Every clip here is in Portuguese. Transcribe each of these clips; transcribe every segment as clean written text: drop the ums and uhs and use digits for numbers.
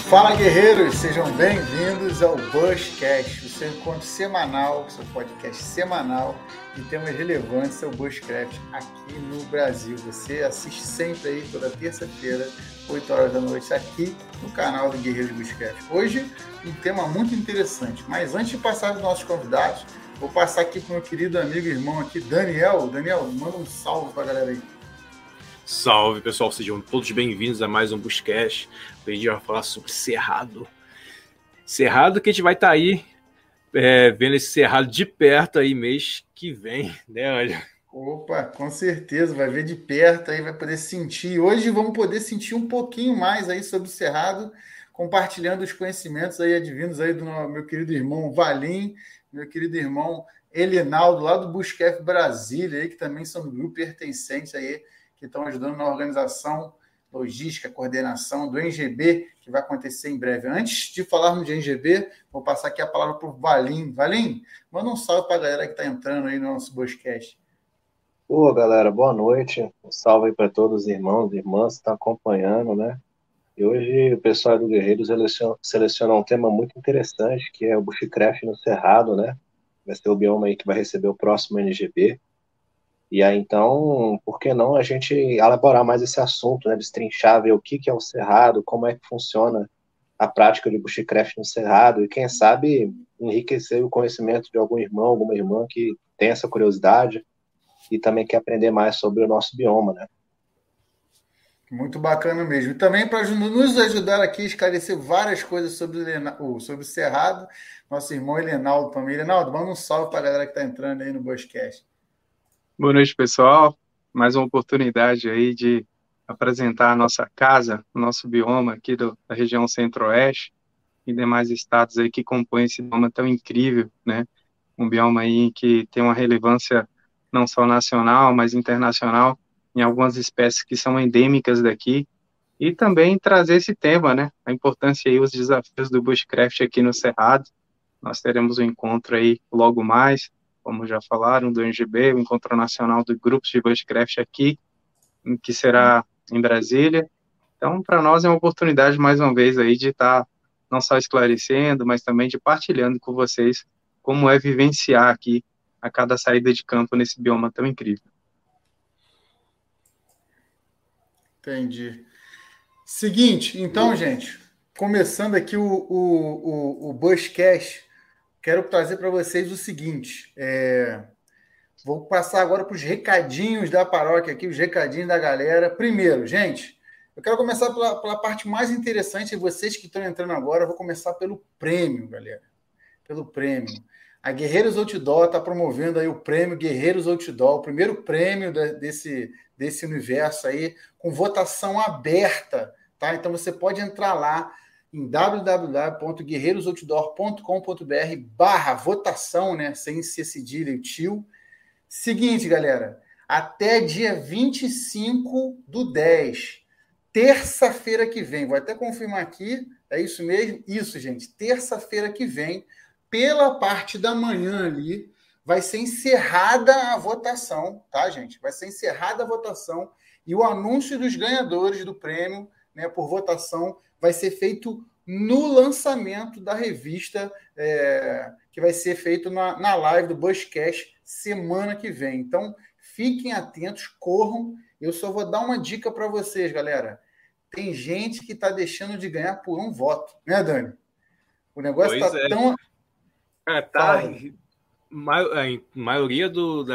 Fala, guerreiros! Sejam bem-vindos ao Bushcast, o seu encontro semanal, seu podcast semanal de temas relevantes ao Bushcraft aqui no Brasil. Você assiste sempre aí, toda terça-feira, 8 horas da noite, aqui no canal do Guerreiros Bushcraft. Hoje, um tema muito interessante, mas antes de passar para os nossos convidados, vou passar aqui para o meu querido amigo e irmão aqui, Daniel. Daniel, manda um salve para a galera aí. Salve, pessoal, sejam todos bem-vindos a mais um Bushcast. Hoje a gente vai falar sobre Cerrado. Cerrado que a gente vai estar aí vendo esse Cerrado de perto aí mês que vem, né, olha? Opa, com certeza, vai ver de perto aí, vai poder sentir. Hoje vamos poder sentir um pouquinho mais aí sobre o Cerrado, compartilhando os conhecimentos aí advindos aí do meu querido irmão Valim, meu querido irmão Elinaldo, lá do Bushcraft Brasília, aí, que também são do grupo pertencente aí, que estão ajudando na organização, logística, coordenação do NGB, que vai acontecer em breve. Antes de falarmos de NGB, vou passar aqui a palavra para o Valim. Valim, manda um salve para a galera que está entrando aí no nosso Bushcast. Ô, galera, boa noite. Um salve aí para todos os irmãos e irmãs que estão acompanhando, né? E hoje o pessoal do Guerreiros selecionou um tema muito interessante, que é o Bushcraft no Cerrado, né? Vai ser o bioma aí que vai receber o próximo NGB. E aí, então, por que não a gente elaborar mais esse assunto, né? Destrinchar, ver o que é o Cerrado, como é que funciona a prática de Bushcraft no Cerrado, e quem sabe enriquecer o conhecimento de algum irmão, alguma irmã que tem essa curiosidade e também quer aprender mais sobre o nosso bioma, né? Muito bacana mesmo. E também para nos ajudar aqui a esclarecer várias coisas sobre o Cerrado, nosso irmão Elinaldo também. Elinaldo, manda um salve para a galera que está entrando aí no Bushcast. Boa noite, pessoal. Mais uma oportunidade aí de apresentar a nossa casa, o nosso bioma aqui da região Centro-Oeste e demais estados aí que compõem esse bioma tão incrível, né? Um bioma aí que tem uma relevância não só nacional, mas internacional, em algumas espécies que são endêmicas daqui, e também trazer esse tema, né? A importância e os desafios do Bushcraft aqui no Cerrado. Nós teremos um encontro aí logo mais, como já falaram, do NGB, o Encontro Nacional de Grupos de Bushcraft aqui, que será em Brasília. Então, para nós é uma oportunidade, mais uma vez, aí de estar não só esclarecendo, mas também de partilhando com vocês como é vivenciar aqui a cada saída de campo nesse bioma tão incrível. Entendi. Seguinte, então, gente, começando aqui o Bushcast, quero trazer para vocês o seguinte, vou passar agora para os recadinhos da paróquia aqui, os recadinhos da galera. Primeiro, gente, eu quero começar pela parte mais interessante, vocês que estão entrando agora, eu vou começar pelo prêmio, galera, pelo prêmio. A Guerreiros Outdoor está promovendo aí o prêmio Guerreiros Outdoor, o primeiro prêmio desse universo aí, com votação aberta, tá? Então você pode entrar lá em www.guerreirosoutdoor.com.br/votação, né? Sem ser cedilha e tio. Seguinte, galera, até dia 25/10, terça-feira que vem, vou até confirmar aqui, é isso mesmo? Isso, gente, terça-feira que vem, pela parte da manhã ali, vai ser encerrada a votação, tá, gente? Vai ser encerrada a votação e o anúncio dos ganhadores do prêmio, né, por votação, vai ser feito no lançamento da revista, que vai ser feito na live do Bushcast semana que vem. Então, fiquem atentos, corram. Eu só vou dar uma dica para vocês, galera. Tem gente que está deixando de ganhar por um voto, né, Dani? O negócio está tão... Tá, a maioria dos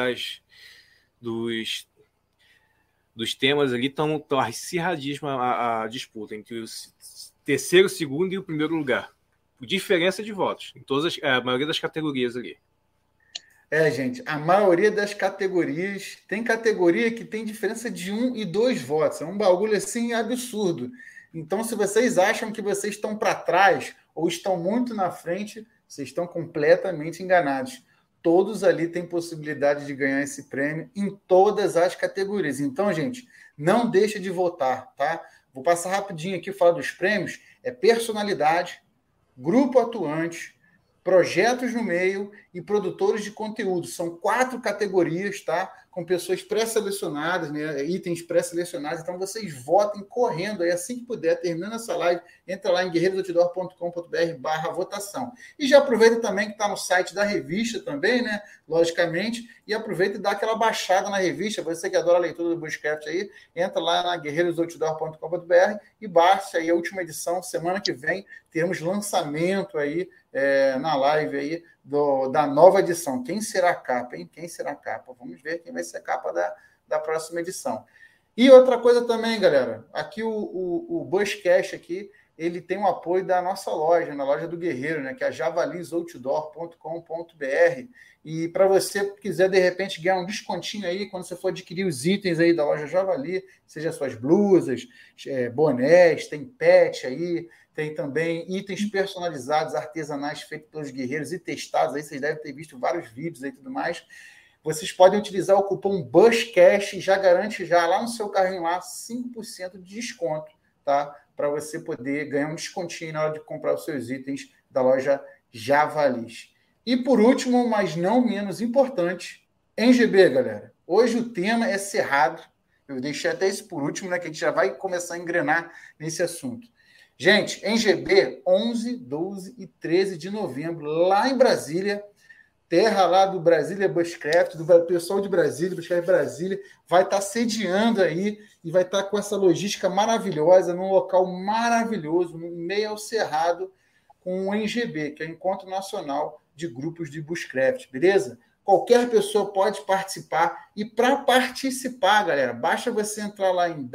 temas ali estão acirradíssima a disputa entre o terceiro, segundo e o primeiro lugar. Diferença de votos em a maioria das categorias ali. Gente, a maioria das categorias, tem categoria que tem diferença de 1 e 2 votos. É um bagulho assim absurdo. Então, se vocês acham que vocês estão para trás ou estão muito na frente, vocês estão completamente enganados. Todos ali têm possibilidade de ganhar esse prêmio em todas as categorias. Então, gente, não deixa de votar, tá? Vou passar rapidinho aqui, falar dos prêmios. Personalidade, grupo atuante, projetos no meio e produtores de conteúdo. São 4 categorias, tá? com pessoas pré-selecionadas, né? Itens pré-selecionados. Então, vocês votem correndo aí, assim que puder, terminando essa live, entra lá em guerreirosoutdoor.com.br/votação. E já aproveita também que está no site da revista também, né? Logicamente, e aproveita e dá aquela baixada na revista. Você que adora a leitura do Bushcraft aí, entra lá na guerreirosoutdoor.com.br e baixa aí a última edição. Semana que vem temos lançamento aí na live aí da nova edição. Quem será a capa, hein? Quem será a capa? Vamos ver quem vai ser a capa da próxima edição. E outra coisa também, galera, aqui o Bushcast aqui, ele tem o apoio da nossa loja, na loja do Guerreiro, né, que é a javalisoutdoor.com.br. E para você que quiser, de repente, ganhar um descontinho aí, quando você for adquirir os itens aí da loja Javali, seja suas blusas, bonés, tem pet aí, tem também itens personalizados, artesanais, feitos pelos guerreiros e testados. Aí vocês devem ter visto vários vídeos aí e tudo mais. Vocês podem utilizar o cupom BUSHCASH e já garante já lá no seu carrinho lá 5% de desconto, tá? Para você poder ganhar um descontinho na hora de comprar os seus itens da loja Javalis. E por último, mas não menos importante, NGB, galera. Hoje o tema é Cerrado. Eu deixei até isso por último, né? Que a gente já vai começar a engrenar nesse assunto. Gente, NGB, 11, 12 e 13 de novembro, lá em Brasília, terra lá do Brasília Bushcraft, do pessoal de Brasília, Bushcraft Brasília, vai estar sediando aí e vai estar com essa logística maravilhosa, num local maravilhoso, no meio ao Cerrado, com o NGB, que é o Encontro Nacional de Grupos de Bushcraft, beleza? Qualquer pessoa pode participar, e para participar, galera, basta você entrar lá em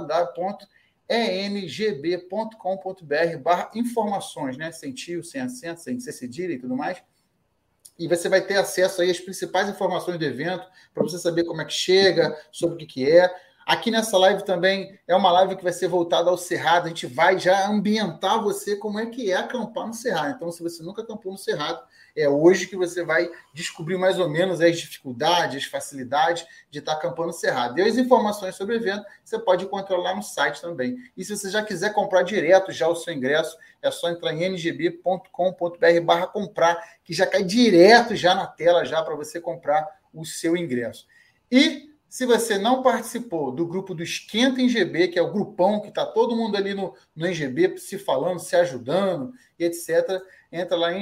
www.engb.com.br/informações, né? Sem tio, sem acento, sem cedilha e tudo mais. E você vai ter acesso aí às principais informações do evento, para você saber como é que chega, sobre o que é. Aqui nessa live também é uma live que vai ser voltada ao Cerrado. A gente vai já ambientar você como é que é acampar no Cerrado. Então, se você nunca acampou no Cerrado, é hoje que você vai descobrir mais ou menos as dificuldades, as facilidades de estar acampando no Cerrado. E as informações sobre o evento você pode encontrar lá no site também. E se você já quiser comprar direto já o seu ingresso, é só entrar em ngb.com.br/comprar, que já cai direto já na tela já para você comprar o seu ingresso. E se você não participou do grupo do Esquenta NGB, que é o grupão que está todo mundo ali no NGB se falando, se ajudando e etc., entra lá em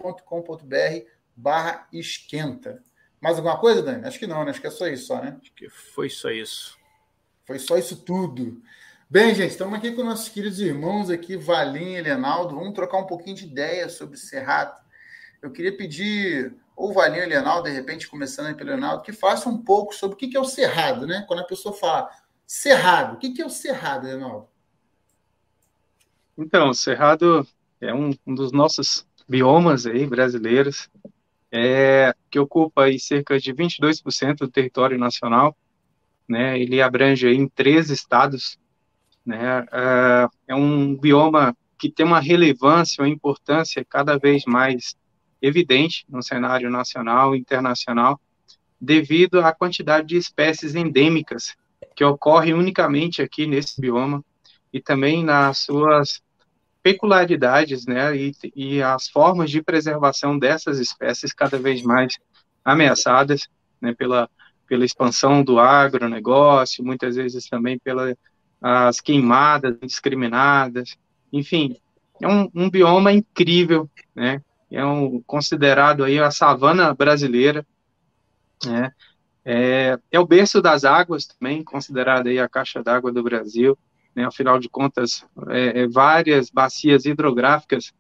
ngb.com.br/esquenta. Mais alguma coisa, Dani? Acho que não, né? Acho que é só isso, né? Acho que foi só isso. Foi só isso tudo. Bem, gente, estamos aqui com nossos queridos irmãos aqui, Valim e Leonardo. Vamos trocar um pouquinho de ideia sobre Cerrado. Eu queria pedir, ou o Valim e o Leonardo, de repente, começando aí pelo Leonardo, que faça um pouco sobre o que é o Cerrado, né? Quando a pessoa fala Cerrado, o que é o Cerrado, Leonardo? Então, o Cerrado é um dos nossos biomas aí brasileiros, que ocupa aí cerca de 22% do território nacional, né? Ele abrange aí em 13 estados, né? É um bioma que tem uma relevância, uma importância cada vez mais evidente no cenário nacional e internacional, devido à quantidade de espécies endêmicas que ocorrem unicamente aqui nesse bioma e também nas suas peculiaridades, né, e as formas de preservação dessas espécies cada vez mais ameaçadas, né, pela expansão do agronegócio, muitas vezes também pelas queimadas indiscriminadas, enfim, é um bioma incrível, né, considerado aí a savana brasileira, né, é o berço das águas também, considerado aí a caixa d'água do Brasil, né, afinal de contas, várias bacias hidrográficas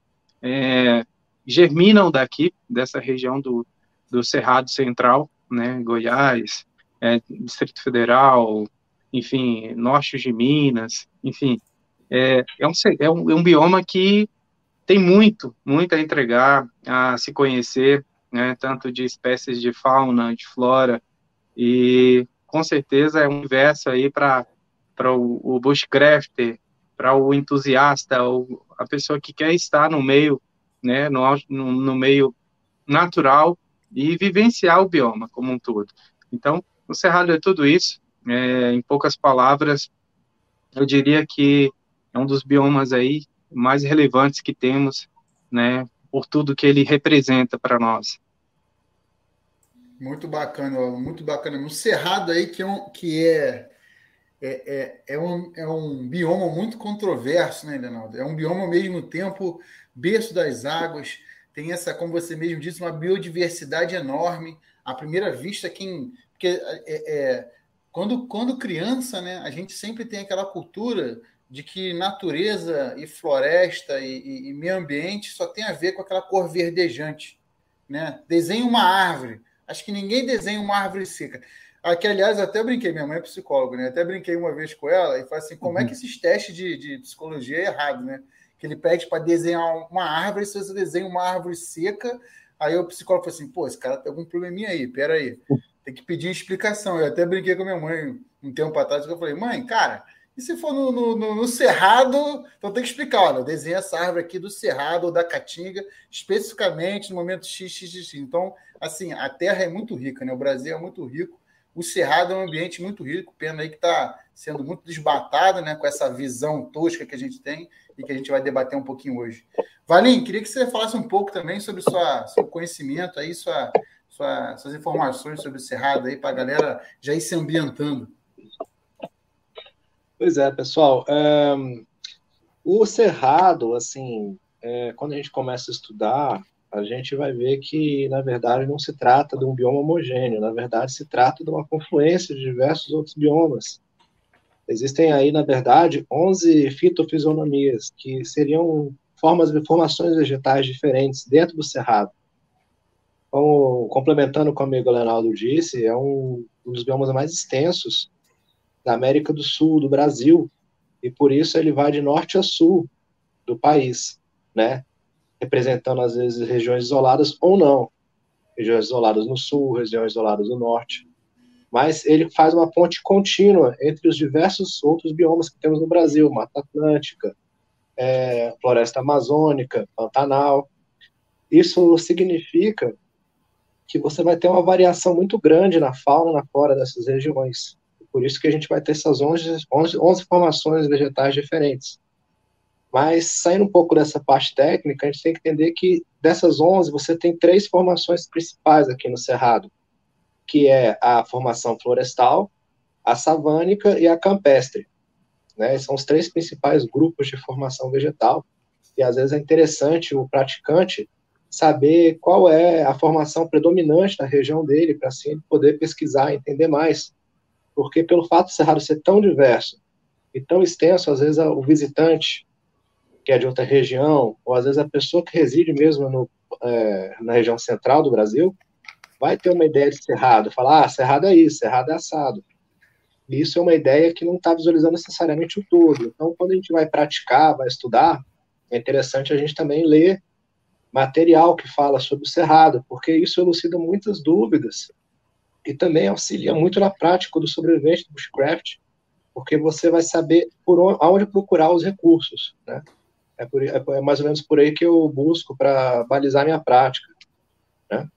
germinam dessa região do Cerrado Central, né, Goiás, Distrito Federal, enfim, norte de Minas, enfim, é um bioma que tem muito a entregar, a se conhecer, né, tanto de espécies de fauna, de flora, e com certeza é um universo aí para o bushcrafter, para o entusiasta, ou a pessoa que quer estar no meio, né, no meio natural e vivenciar o bioma como um todo. Então, o Cerrado é tudo isso. Em poucas palavras, eu diria que é um dos biomas aí mais relevantes que temos, né, por tudo que ele representa para nós. Muito bacana, muito bacana. O Cerrado aí, é um bioma muito controverso, né, Leonardo? É um bioma, ao mesmo tempo, berço das águas, tem essa, como você mesmo disse, uma biodiversidade enorme. À primeira vista, porque quando criança, né, a gente sempre tem aquela cultura de que natureza e floresta e meio ambiente só tem a ver com aquela cor verdejante, né? Desenha uma árvore. Acho que ninguém desenha uma árvore seca. Aqui, aliás, eu até brinquei, minha mãe é psicóloga, né? Até brinquei uma vez com ela e falei assim: como é que esses testes de psicologia é errado, né? Que ele pede para desenhar uma árvore, se você desenha uma árvore seca, aí o psicólogo falou assim: pô, esse cara tem algum probleminha aí, peraí, tem que pedir explicação. Eu até brinquei com a minha mãe um tempo atrás, que eu falei: mãe, cara, e se for no Cerrado, então tem que explicar: olha, eu desenhei essa árvore aqui do Cerrado ou da Caatinga, especificamente no momento XXX. Então, assim, a terra é muito rica, né? O Brasil é muito rico. O Cerrado é um ambiente muito rico, pena aí que está sendo muito desbatado, né, com essa visão tosca que a gente tem e que a gente vai debater um pouquinho hoje. Valim, queria que você falasse um pouco também sobre seu conhecimento aí, suas informações sobre o Cerrado aí, para a galera já ir se ambientando. Pois é, pessoal. O Cerrado, assim, quando a gente começa a estudar, a gente vai ver que, na verdade, não se trata de um bioma homogêneo, na verdade, se trata de uma confluência de diversos outros biomas. Existem aí, na verdade, 11 fitofisionomias, que seriam formações vegetais diferentes dentro do Cerrado. Então, complementando com o amigo Leonardo disse, é um dos biomas mais extensos da América do Sul, do Brasil, e por isso ele vai de norte a sul do país, né? Representando, às vezes, regiões isoladas ou não. Regiões isoladas no sul, regiões isoladas no norte. Mas ele faz uma ponte contínua entre os diversos outros biomas que temos no Brasil, Mata Atlântica, Floresta Amazônica, Pantanal. Isso significa que você vai ter uma variação muito grande na fauna, na flora dessas regiões. Por isso que a gente vai ter essas 11 formações vegetais diferentes. Mas, saindo um pouco dessa parte técnica, a gente tem que entender que dessas 11, você tem 3 formações principais aqui no Cerrado, que é a formação florestal, a savânica e a campestre. Né? São os 3 principais grupos de formação vegetal, e às vezes é interessante o praticante saber qual é a formação predominante na região dele, para assim ele poder pesquisar e entender mais. Porque pelo fato do Cerrado ser tão diverso e tão extenso, às vezes o visitante que é de outra região, ou às vezes a pessoa que reside mesmo na região central do Brasil, vai ter uma ideia de Cerrado, falar, Cerrado é isso, Cerrado é assado. E isso é uma ideia que não está visualizando necessariamente o todo. Então, quando a gente vai praticar, vai estudar, é interessante a gente também ler material que fala sobre o Cerrado, porque isso elucida muitas dúvidas e também auxilia muito na prática do sobrevivente do bushcraft, porque você vai saber aonde procurar os recursos, né? É mais ou menos por aí que eu busco para balizar minha prática, né?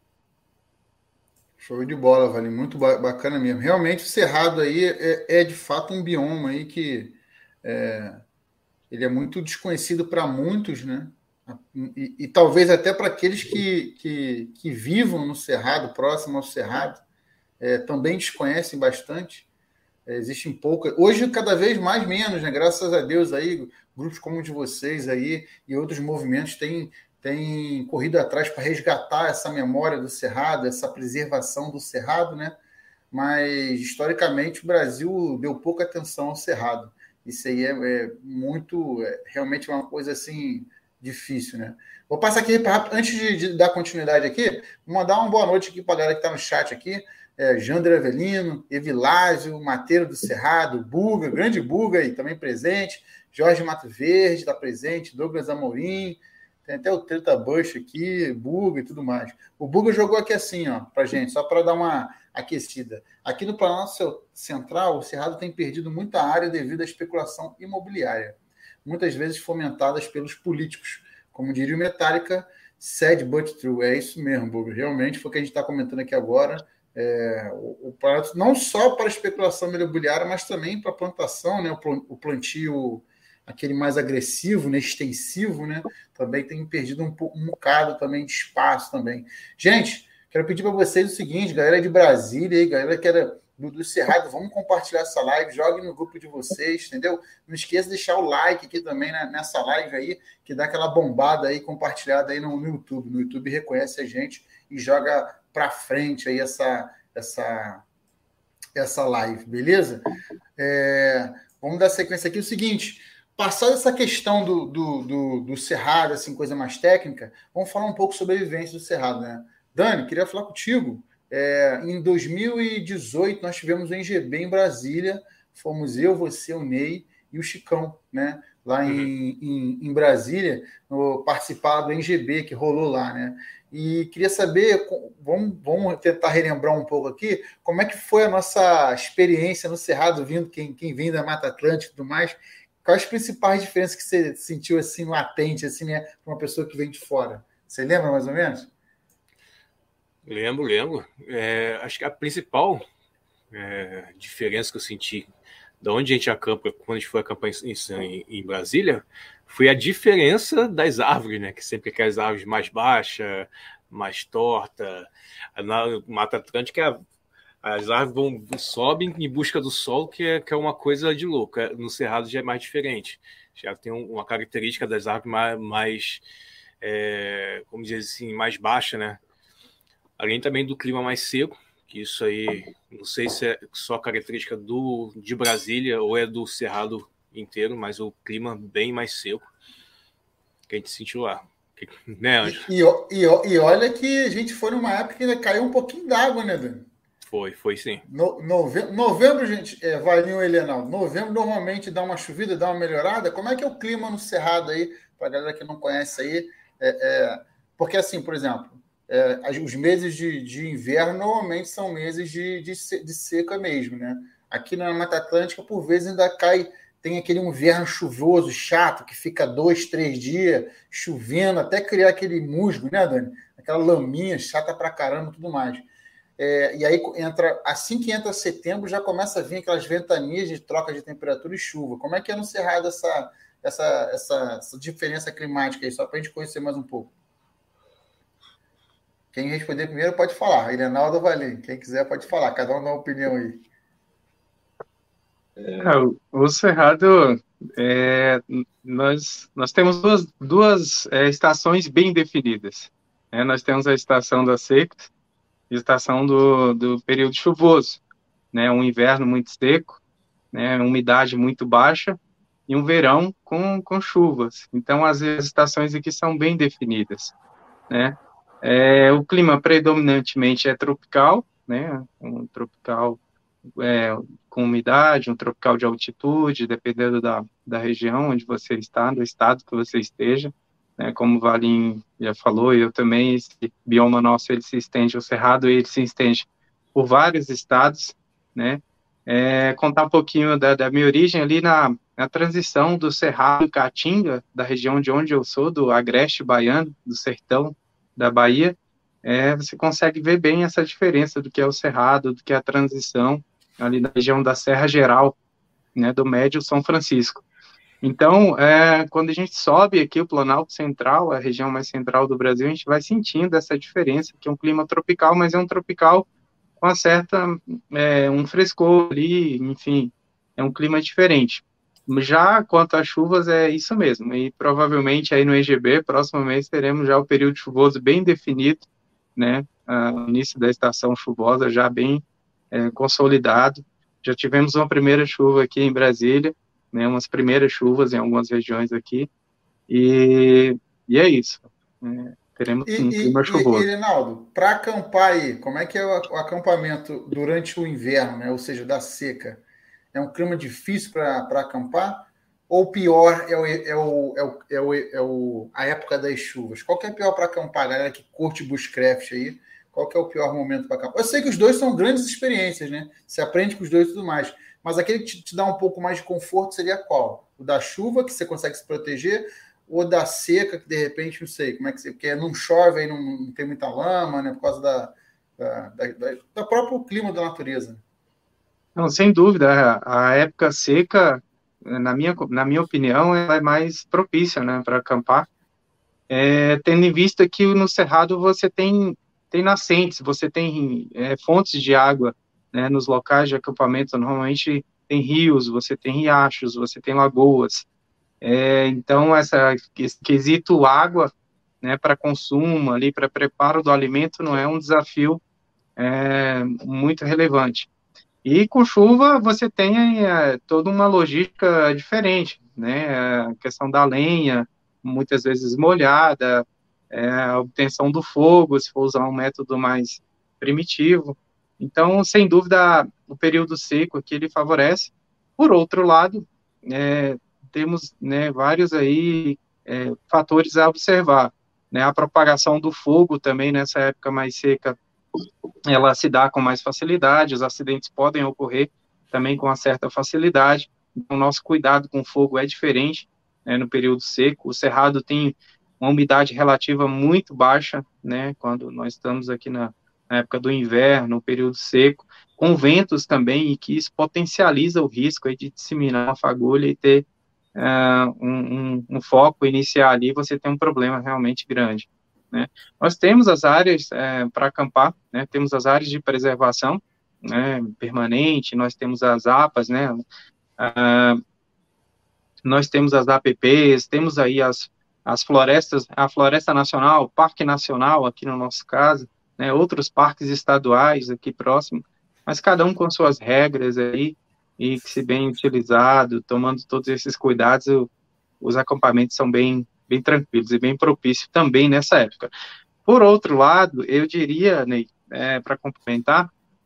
Show de bola, Vale, muito bacana mesmo. Realmente o Cerrado aí é de fato um bioma aí que ele é muito desconhecido para muitos, né? E talvez até para aqueles que vivam no Cerrado, próximo ao Cerrado, também desconhecem bastante. Existem poucas. Hoje, cada vez mais menos, né? Graças a Deus aí, grupos como o de vocês aí e outros movimentos têm corrido atrás para resgatar essa memória do Cerrado, essa preservação do Cerrado, né? Mas, historicamente, o Brasil deu pouca atenção ao Cerrado. Isso aí realmente uma coisa assim difícil, né? Vou passar aqui, antes de dar continuidade aqui, vou mandar uma boa noite aqui para a galera que está no chat aqui. Jander Avelino, Evilásio, Mateiro do Cerrado, Buga, grande Buga aí também presente, Jorge Mato Verde está presente, Douglas Amorim, tem até o Treta Bush aqui, Buga e tudo mais. O Buga jogou aqui assim, ó, pra gente, só para dar uma aquecida. Aqui no Planalto Central, o Cerrado tem perdido muita área devido à especulação imobiliária, muitas vezes fomentadas pelos políticos. Como diria o Metallica, sad but true. É isso mesmo, Buga. Realmente foi o que a gente está comentando aqui agora. O Planalto, não só para especulação imobiliária, mas também para plantação, né? O plantio aquele mais agressivo, né? Extensivo, né? Também tem perdido um bocado também de espaço também. Gente, Quero pedir para vocês o seguinte, galera de Brasília, aí, galera que era do Cerrado, vamos compartilhar essa live, joguem no grupo de vocês, entendeu? Não esqueça de deixar o like aqui também, né, nessa live aí, que dá aquela bombada aí, compartilhada aí no YouTube. No YouTube reconhece a gente e joga para frente aí essa live, beleza? Vamos dar sequência aqui. O seguinte, passada essa questão do Cerrado, assim, coisa mais técnica, vamos falar um pouco sobre a vivência do Cerrado, né? Dani, queria falar contigo. Em 2018, nós tivemos o NGB em Brasília, fomos eu, você, o Ney e o Chicão, né? Lá em Brasília, participar do NGB que rolou lá, né? E queria saber, vamos tentar relembrar um pouco aqui, como é que foi a nossa experiência no Cerrado, vindo quem vem da Mata Atlântica e tudo mais, quais as principais diferenças que você sentiu assim, latente, assim, né, para uma pessoa que vem de fora? Você lembra mais ou menos? Lembro. Acho que a principal diferença que eu senti da onde a gente acampa, quando a gente foi acampar em Brasília, foi a diferença das árvores, né? Que sempre aquelas árvores mais baixas, mais tortas. Na Mata Atlântica, as árvores sobem em busca do sol, que é uma coisa de louco. No Cerrado já é mais diferente. Já tem uma característica das árvores mais como dizer assim, mais baixa, né? Além também do clima mais seco, que isso aí, não sei se é só característica de Brasília ou é do Cerrado inteiro, mas o clima bem mais seco que a gente sentiu lá. Né, Anjo? E olha que a gente foi numa época que ainda caiu um pouquinho d'água, né, Dani? Foi sim. Novembro, gente, Valinho e Helenaldo, novembro normalmente dá uma chovida, dá uma melhorada. Como é que é o clima no Cerrado aí, para a galera que não conhece aí? Porque assim, por exemplo, os meses de inverno normalmente são meses de seca mesmo, né? Aqui na Mata Atlântica, por vezes, ainda tem aquele inverno chuvoso, chato, que fica 2, 3 dias chovendo, até criar aquele musgo, né, Dani? Aquela laminha chata pra caramba e tudo mais. E aí, assim que entra setembro, já começa a vir aquelas ventanias de troca de temperatura e chuva. Como é que é no Cerrado essa diferença climática aí, só para a gente conhecer mais um pouco? Quem responder primeiro pode falar. Helenaldo ou Valim. Quem quiser pode falar. Cada um dá uma opinião aí. O Cerrado, nós temos duas estações bem definidas. Nós temos a estação da seca e a estação do período chuvoso. Um inverno muito seco, umidade muito baixa e um verão com chuvas. Então, as estações aqui são bem definidas, né? O clima predominantemente é tropical, né? Um tropical com umidade, um tropical de altitude, dependendo da região onde você está, do estado que você esteja, né? Como o Valim já falou, eu também, esse bioma nosso, ele se estende, o Cerrado, ele se estende por vários estados, né? Contar um pouquinho da minha origem ali na transição do Cerrado Caatinga, da região de onde eu sou, do Agreste Baiano, do sertão da Bahia, você consegue ver bem essa diferença do que é o Cerrado, do que é a transição ali na região da Serra Geral, né, do Médio São Francisco. Então, quando a gente sobe aqui o Planalto Central, a região mais central do Brasil, a gente vai sentindo essa diferença, que é um clima tropical, mas é um tropical com uma certa, um frescor ali, enfim, é um clima diferente. Já quanto às chuvas, é isso mesmo, e provavelmente aí no EGB, próximo mês, teremos já o período chuvoso bem definido, né, o início da estação chuvosa já bem consolidado. Já tivemos uma primeira chuva aqui em Brasília, né, umas primeiras chuvas em algumas regiões aqui, e é isso, teremos um clima chuvoso. E Reinaldo, para acampar aí, como é que é o acampamento durante o inverno, né, ou seja, da seca? É um clima difícil para acampar? Ou pior a época das chuvas? Qual que é pior para acampar, galera que curte bushcraft aí? Qual que é o pior momento para acampar? Eu sei que os dois são grandes experiências, né? Você aprende com os dois e tudo mais. Mas aquele que te dá um pouco mais de conforto seria qual? O da chuva, que você consegue se proteger, ou da seca, que de repente, não sei, como é que você... Porque não chove, aí não tem muita lama, né? Por causa do próprio clima da natureza. Não, sem dúvida, a época seca, na minha opinião, ela é mais propícia, né, para acampar, tendo em vista que no Cerrado você tem tem nascentes, você tem fontes de água, né, nos locais de acampamento, normalmente tem rios, você tem riachos, você tem lagoas. Então, esse quesito água, né, para consumo, ali, para preparo do alimento, não é um desafio muito relevante. E com chuva você tem toda uma logística diferente, né? A questão da lenha, muitas vezes molhada, a obtenção do fogo, se for usar um método mais primitivo. Então, sem dúvida, o período seco aqui ele favorece. Por outro lado, temos, né, vários aí fatores a observar, né? A propagação do fogo também nessa época mais seca ela se dá com mais facilidade, os acidentes podem ocorrer também com uma certa facilidade. O nosso cuidado com o fogo é diferente, né, no período seco. O cerrado tem uma umidade relativa muito baixa, né, quando nós estamos aqui na época do inverno, no período seco, com ventos também, e que isso potencializa o risco aí de disseminar uma fagulha e ter um foco inicial ali, você tem um problema realmente grande, né? Nós temos as áreas para acampar, né? Temos as áreas de preservação, né, permanente, nós temos as APAs, né? Nós temos as APPs, temos aí as florestas, a Floresta Nacional, o Parque Nacional, aqui no nosso caso, né? Outros parques estaduais aqui próximo, mas cada um com suas regras aí, e que, se bem utilizado, tomando todos esses cuidados, os acampamentos são bem tranquilos e bem propícios também nessa época. Por outro lado, eu diria, Ney, para complementar,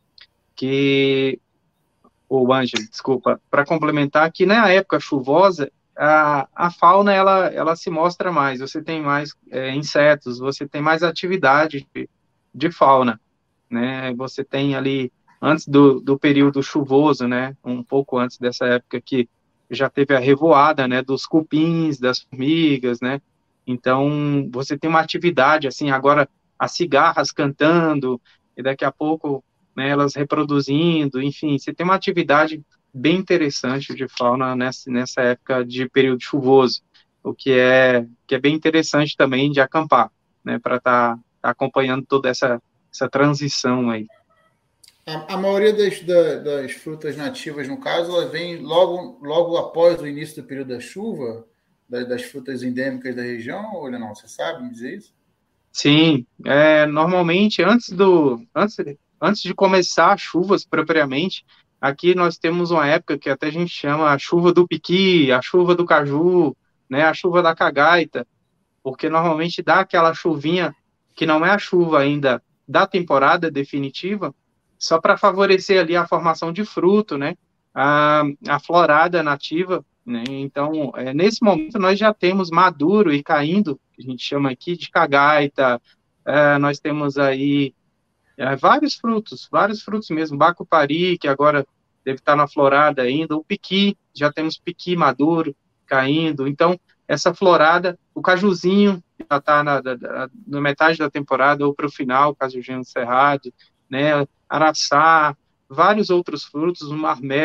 desculpa, para complementar, que na época chuvosa, a fauna, ela se mostra mais, você tem mais insetos, você tem mais atividade de fauna, né? Você tem ali, antes do período chuvoso, né, um pouco antes dessa época que já teve a revoada, né, dos cupins, das formigas, né? Então, você tem uma atividade, assim, agora as cigarras cantando, e daqui a pouco, né, elas reproduzindo, enfim, você tem uma atividade bem interessante de fauna nessa época de período chuvoso, o que é bem interessante também de acampar, né, para tá acompanhando toda essa transição aí. A maioria das frutas nativas, no caso, ela vem logo após o início do período da chuva, das frutas endêmicas da região, ou não? Você sabe me dizer isso? Sim, normalmente antes de começar as chuvas propriamente, aqui nós temos uma época que até a gente chama a chuva do piqui, a chuva do caju, né, a chuva da cagaita, porque normalmente dá aquela chuvinha que não é a chuva ainda da temporada definitiva, só para favorecer ali a formação de fruto, né, a florada nativa, né? Então, nesse momento nós já temos maduro e caindo, que a gente chama aqui de cagaita, nós temos aí vários frutos mesmo, bacupari, que agora deve estar na florada ainda, o piqui, já temos piqui maduro caindo, então essa florada, o cajuzinho, já está na metade da temporada ou para o final, o cajuzinho cerrado, né, araçá, vários outros frutos, o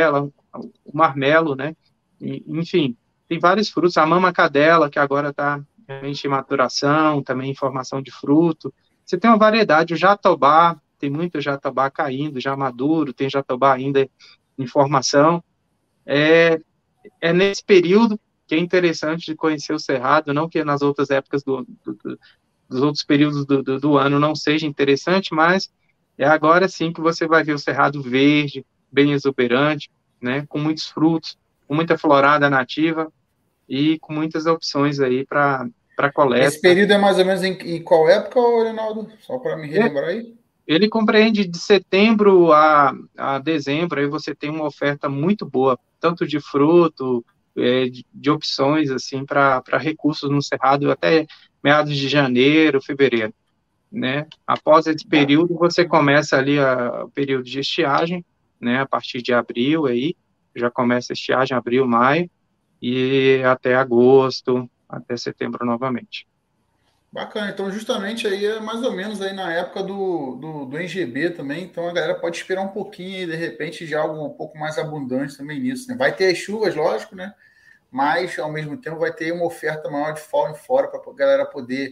marmelo, né, enfim, tem vários frutos, a mama-cadela, que agora está realmente em maturação, também em formação de fruto. Você tem uma variedade, o jatobá, tem muito jatobá caindo, já maduro, tem jatobá ainda em formação. É nesse período que é interessante de conhecer o Cerrado, não que nas outras épocas dos outros períodos do ano não seja interessante, mas é agora sim que você vai ver o Cerrado verde, bem exuberante, né, com muitos frutos, com muita florada nativa e com muitas opções aí para coleta. Esse período é mais ou menos em qual época, Leonardo? Só para me relembrar aí. Ele compreende de setembro a dezembro, aí você tem uma oferta muito boa, tanto de fruto, de opções assim para recursos no Cerrado, até meados de janeiro, fevereiro, né? Após esse período, você começa ali o período de estiagem, né? A partir de abril aí, já começa a estiagem, abril, maio, e até agosto, até setembro novamente. Bacana, então justamente aí é mais ou menos aí na época do NGB também, então a galera pode esperar um pouquinho e de repente de algo um pouco mais abundante também nisso, né? Vai ter as chuvas, lógico, né? Mas ao mesmo tempo vai ter uma oferta maior de fauna e flora para a galera poder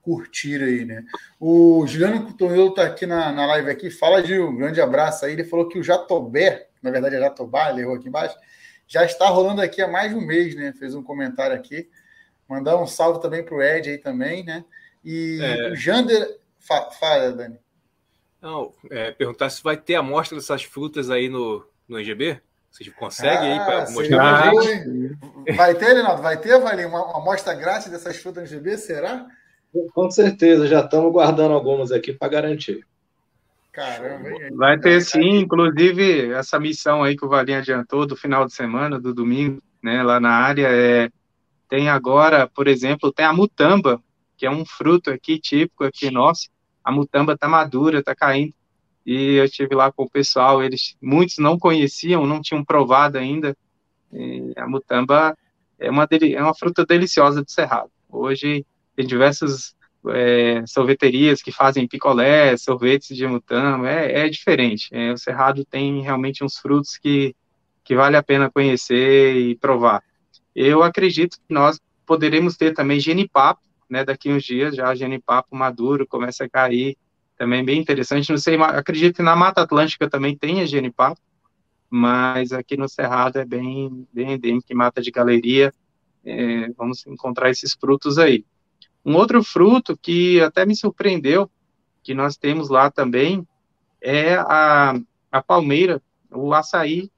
curtir aí, né? O Juliano Cotonelo está aqui na live aqui. Fala, Gil, um grande abraço aí. Ele falou que o Jatobé, na verdade é Jatobá, ele errou aqui embaixo, já está rolando aqui há mais de um mês, né? Fez um comentário aqui. Mandar um salve também para o Ed aí também, né? E o Jander... Fala, Dani. Não, perguntar se vai ter amostra dessas frutas aí no EGB? Vocês conseguem aí para mostrar pra gente? Vai ter, Reinaldo? Vai ter, Valinho, uma amostra grátis dessas frutas no EGB, será? Com certeza, já estamos guardando algumas aqui para garantir. Caramba, hein? Vai ter sim, inclusive essa missão aí que o Valinho adiantou do final de semana, do domingo, né, lá na área, tem agora, por exemplo, tem a mutamba, que é um fruto aqui típico aqui nosso. A mutamba tá madura, tá caindo. E eu estive lá com o pessoal, muitos não conheciam, não tinham provado ainda. E a mutamba é uma fruta deliciosa do Cerrado. Hoje tem diversas sorveterias que fazem picolé, sorvetes de mutamba, é diferente. O Cerrado tem realmente uns frutos que vale a pena conhecer e provar. Eu acredito que nós poderemos ter também genipapo, né, daqui uns dias, já genipapo maduro, começa a cair, também bem interessante. Não sei, acredito que na Mata Atlântica também tenha genipapo, mas aqui no Cerrado é bem endêmico, Mata de Galeria, vamos encontrar esses frutos aí. Um outro fruto que até me surpreendeu, que nós temos lá também, é a palmeira, o açaí,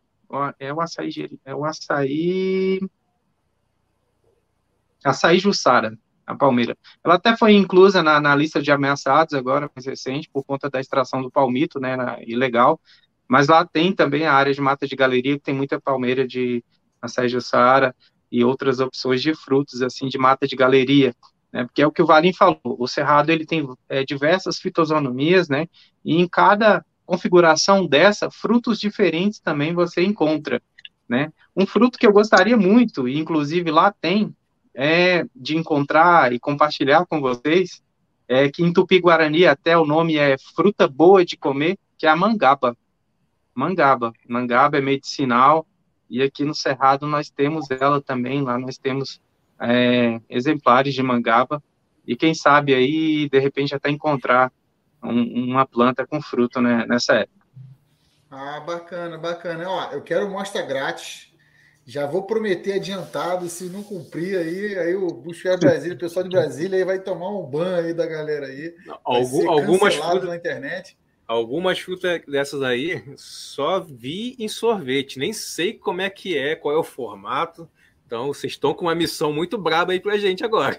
açaí Jussara, a palmeira. Ela até foi inclusa na lista de ameaçados agora, mais recente, por conta da extração do palmito, né, ilegal, mas lá tem também a área de mata de galeria, que tem muita palmeira de açaí Jussara e outras opções de frutos, assim, de mata de galeria, né, porque é o que o Valim falou, o Cerrado, ele tem diversas fitosonomias, né, e em cada configuração dessa, frutos diferentes também você encontra, né. Um fruto que eu gostaria muito, e inclusive lá tem, de encontrar e compartilhar com vocês, que em Tupi-Guarani até o nome é fruta boa de comer, que é a mangaba. Mangaba é medicinal, e aqui no Cerrado nós temos ela também, lá nós temos exemplares de mangaba, e quem sabe aí, de repente, até encontrar uma planta com fruto, né, nessa época. Ah, bacana, bacana. Ó, eu quero mostra grátis. Já vou prometer adiantado, se não cumprir aí o Buscar Brasília, o pessoal de Brasília aí vai tomar um banho aí da galera aí. Vai ser cancelado na internet. Algumas frutas dessas aí só vi em sorvete, nem sei como é que qual é o formato. Então vocês estão com uma missão muito braba aí pra gente agora.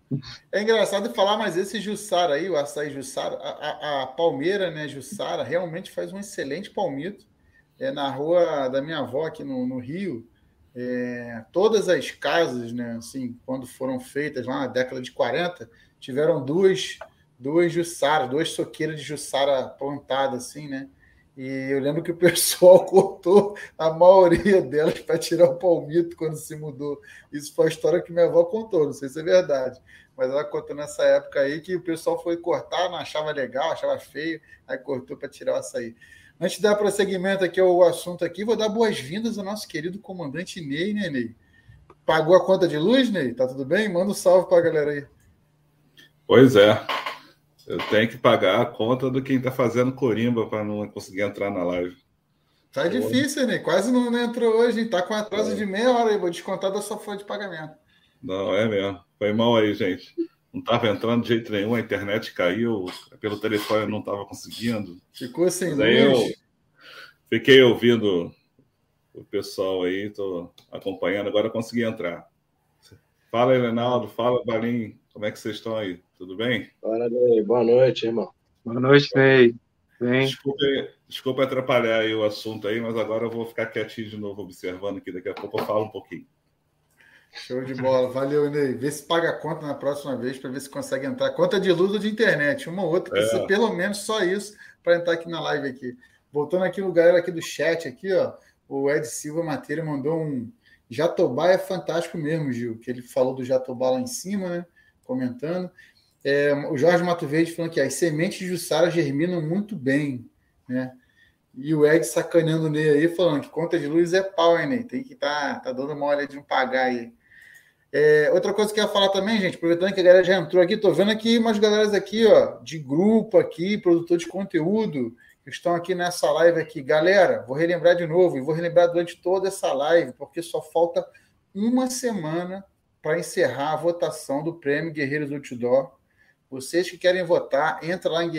É engraçado falar, mas esse Jussara aí, o açaí Jussara, a palmeira, né, Jussara, realmente faz um excelente palmito. Na rua da minha avó aqui no Rio, todas as casas, né, assim, quando foram feitas lá na década de 40, tiveram duas Jussara, duas soqueiras de Jussara plantadas, assim, né? E eu lembro que o pessoal cortou a maioria delas para tirar o palmito quando se mudou. Isso foi a história que minha avó contou, não sei se é verdade, mas ela contou nessa época aí que o pessoal foi cortar, não achava legal, achava feio, aí cortou para tirar o açaí. Antes de dar prosseguimento aqui ao assunto aqui, vou dar boas-vindas ao nosso querido comandante Ney, né, Ney? Pagou a conta de luz, Ney? Tá tudo bem? Manda um salve para a galera aí. Pois é. Eu tenho que pagar a conta do quem está fazendo corimba para não conseguir entrar na live. Tá difícil, Ney. Quase não entrou hoje, hein? Tá com atraso de meia hora aí. Vou descontar da sua folha de pagamento. Não, é mesmo. Foi mal aí, gente. Não estava entrando de jeito nenhum, a internet caiu, pelo telefone eu não estava conseguindo. Ficou sem luz? Aí eu fiquei ouvindo o pessoal aí, estou acompanhando, agora eu consegui entrar. Fala aí, Reinaldo, fala, Valim, como é que vocês estão aí? Tudo bem? Boa noite, irmão. Boa noite, Ney. Bem. Desculpa atrapalhar aí o assunto aí, mas agora eu vou ficar quietinho de novo, observando aqui, daqui a pouco eu falo um pouquinho. Show de bola, valeu, Ney. Vê se paga a conta na próxima vez para ver se consegue entrar. Conta de luz ou de internet, uma ou outra, precisa pelo menos só isso para entrar aqui na live aqui. Voltando aqui no galera aqui do chat aqui, ó, o Ed Silva Mateira mandou um Jatobá é fantástico mesmo, Gil, que ele falou do Jatobá lá em cima, né? Comentando. O Jorge Mato Verde falando que as sementes de Jussara germinam muito bem, né? E o Ed sacaneando o Ney aí, falando que conta de luz é pau, hein, Ney? Tem que tá dando uma olha de não pagar aí. Outra coisa que eu ia falar também, gente, aproveitando que a galera já entrou aqui, tô vendo aqui umas galeras aqui, ó, de grupo aqui, produtor de conteúdo, que estão aqui nessa live aqui. Galera, vou relembrar de novo, e vou relembrar durante toda essa live, porque só falta uma semana para encerrar a votação do Prêmio Guerreiros Outdoor. Vocês que querem votar, entra lá em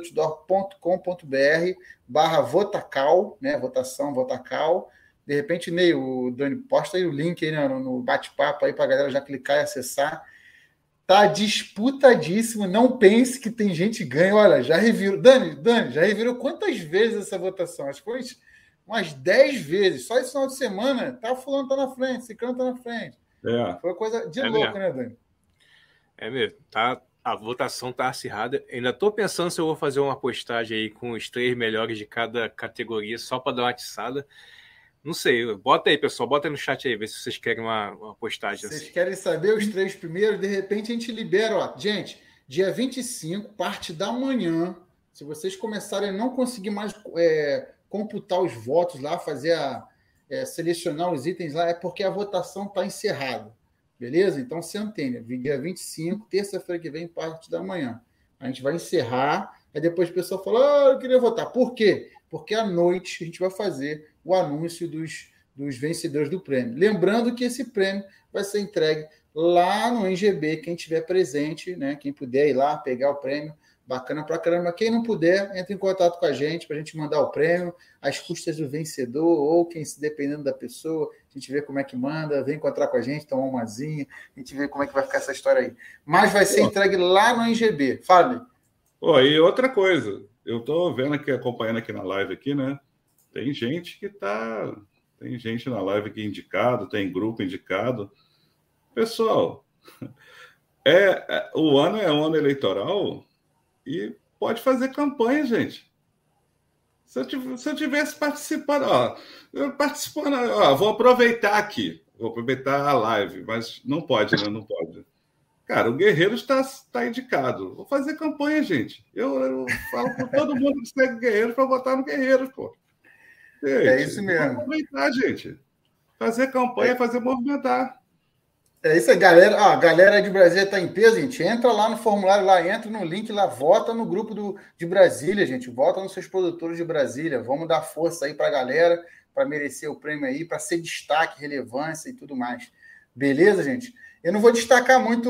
guerreirosoutdoor.com.br/votacal, né? Votação, votacal. De repente, Ney, o Dani, posta aí o link aí no bate-papo aí para a galera já clicar e acessar. Tá disputadíssimo. Não pense que tem gente que ganha. Olha, já revirou. Dani, já revirou quantas vezes essa votação? Acho que foi umas 10 vezes. Só esse final de semana, fulano tá na frente, ciclano tá na frente. Foi coisa de louco, mesmo. Né, Dani? É mesmo. A votação tá acirrada. Ainda tô pensando se eu vou fazer uma postagem aí com os 3 melhores de cada categoria, só para dar uma atiçada. Não sei, bota aí, pessoal, bota aí no chat aí, vê se vocês querem uma postagem Vocês assim. querem saber os 3 primeiros? De repente a gente libera, ó. Gente, dia 25, parte da manhã, se vocês começarem a não conseguir mais computar os votos lá, selecionar os itens lá, é porque a votação está encerrada. Beleza? Então se antene. Dia 25, terça-feira que vem, parte da manhã. A gente vai encerrar, aí depois o pessoal fala, eu queria votar. Por quê? Porque à noite a gente vai fazer o anúncio dos vencedores do prêmio. Lembrando que esse prêmio vai ser entregue lá no NGB, quem estiver presente, né? Quem puder ir lá pegar o prêmio, bacana pra caramba. Quem não puder, entre em contato com a gente para a gente mandar o prêmio, as custas do vencedor, ou quem, dependendo da pessoa, a gente vê como é que manda, vem encontrar com a gente, tomar uma asinha, a gente vê como é que vai ficar essa história aí. Mas vai ser entregue lá no NGB. Fala. E outra coisa, eu estou vendo aqui, acompanhando aqui na live aqui, né? Tem gente na live aqui indicado, tem grupo indicado. Pessoal, o ano é um ano eleitoral e pode fazer campanha, gente. Se eu tivesse participando, vou aproveitar aqui, vou aproveitar a live, mas não pode, né? Não pode. Cara, o Guerreiros está indicado. Vou fazer campanha, gente. Eu falo para todo mundo que segue Guerreiros para votar no Guerreiros, pô. Gente, é isso mesmo. Aproveitar, gente. Fazer campanha, fazer movimentar. É isso aí, galera. A galera de Brasília está em peso, gente. Entra lá no formulário, entra no link lá, vota no grupo de Brasília, gente. Vota nos seus produtores de Brasília. Vamos dar força aí para a galera, para merecer o prêmio aí, para ser destaque, relevância e tudo mais. Beleza, gente? Eu não vou destacar muito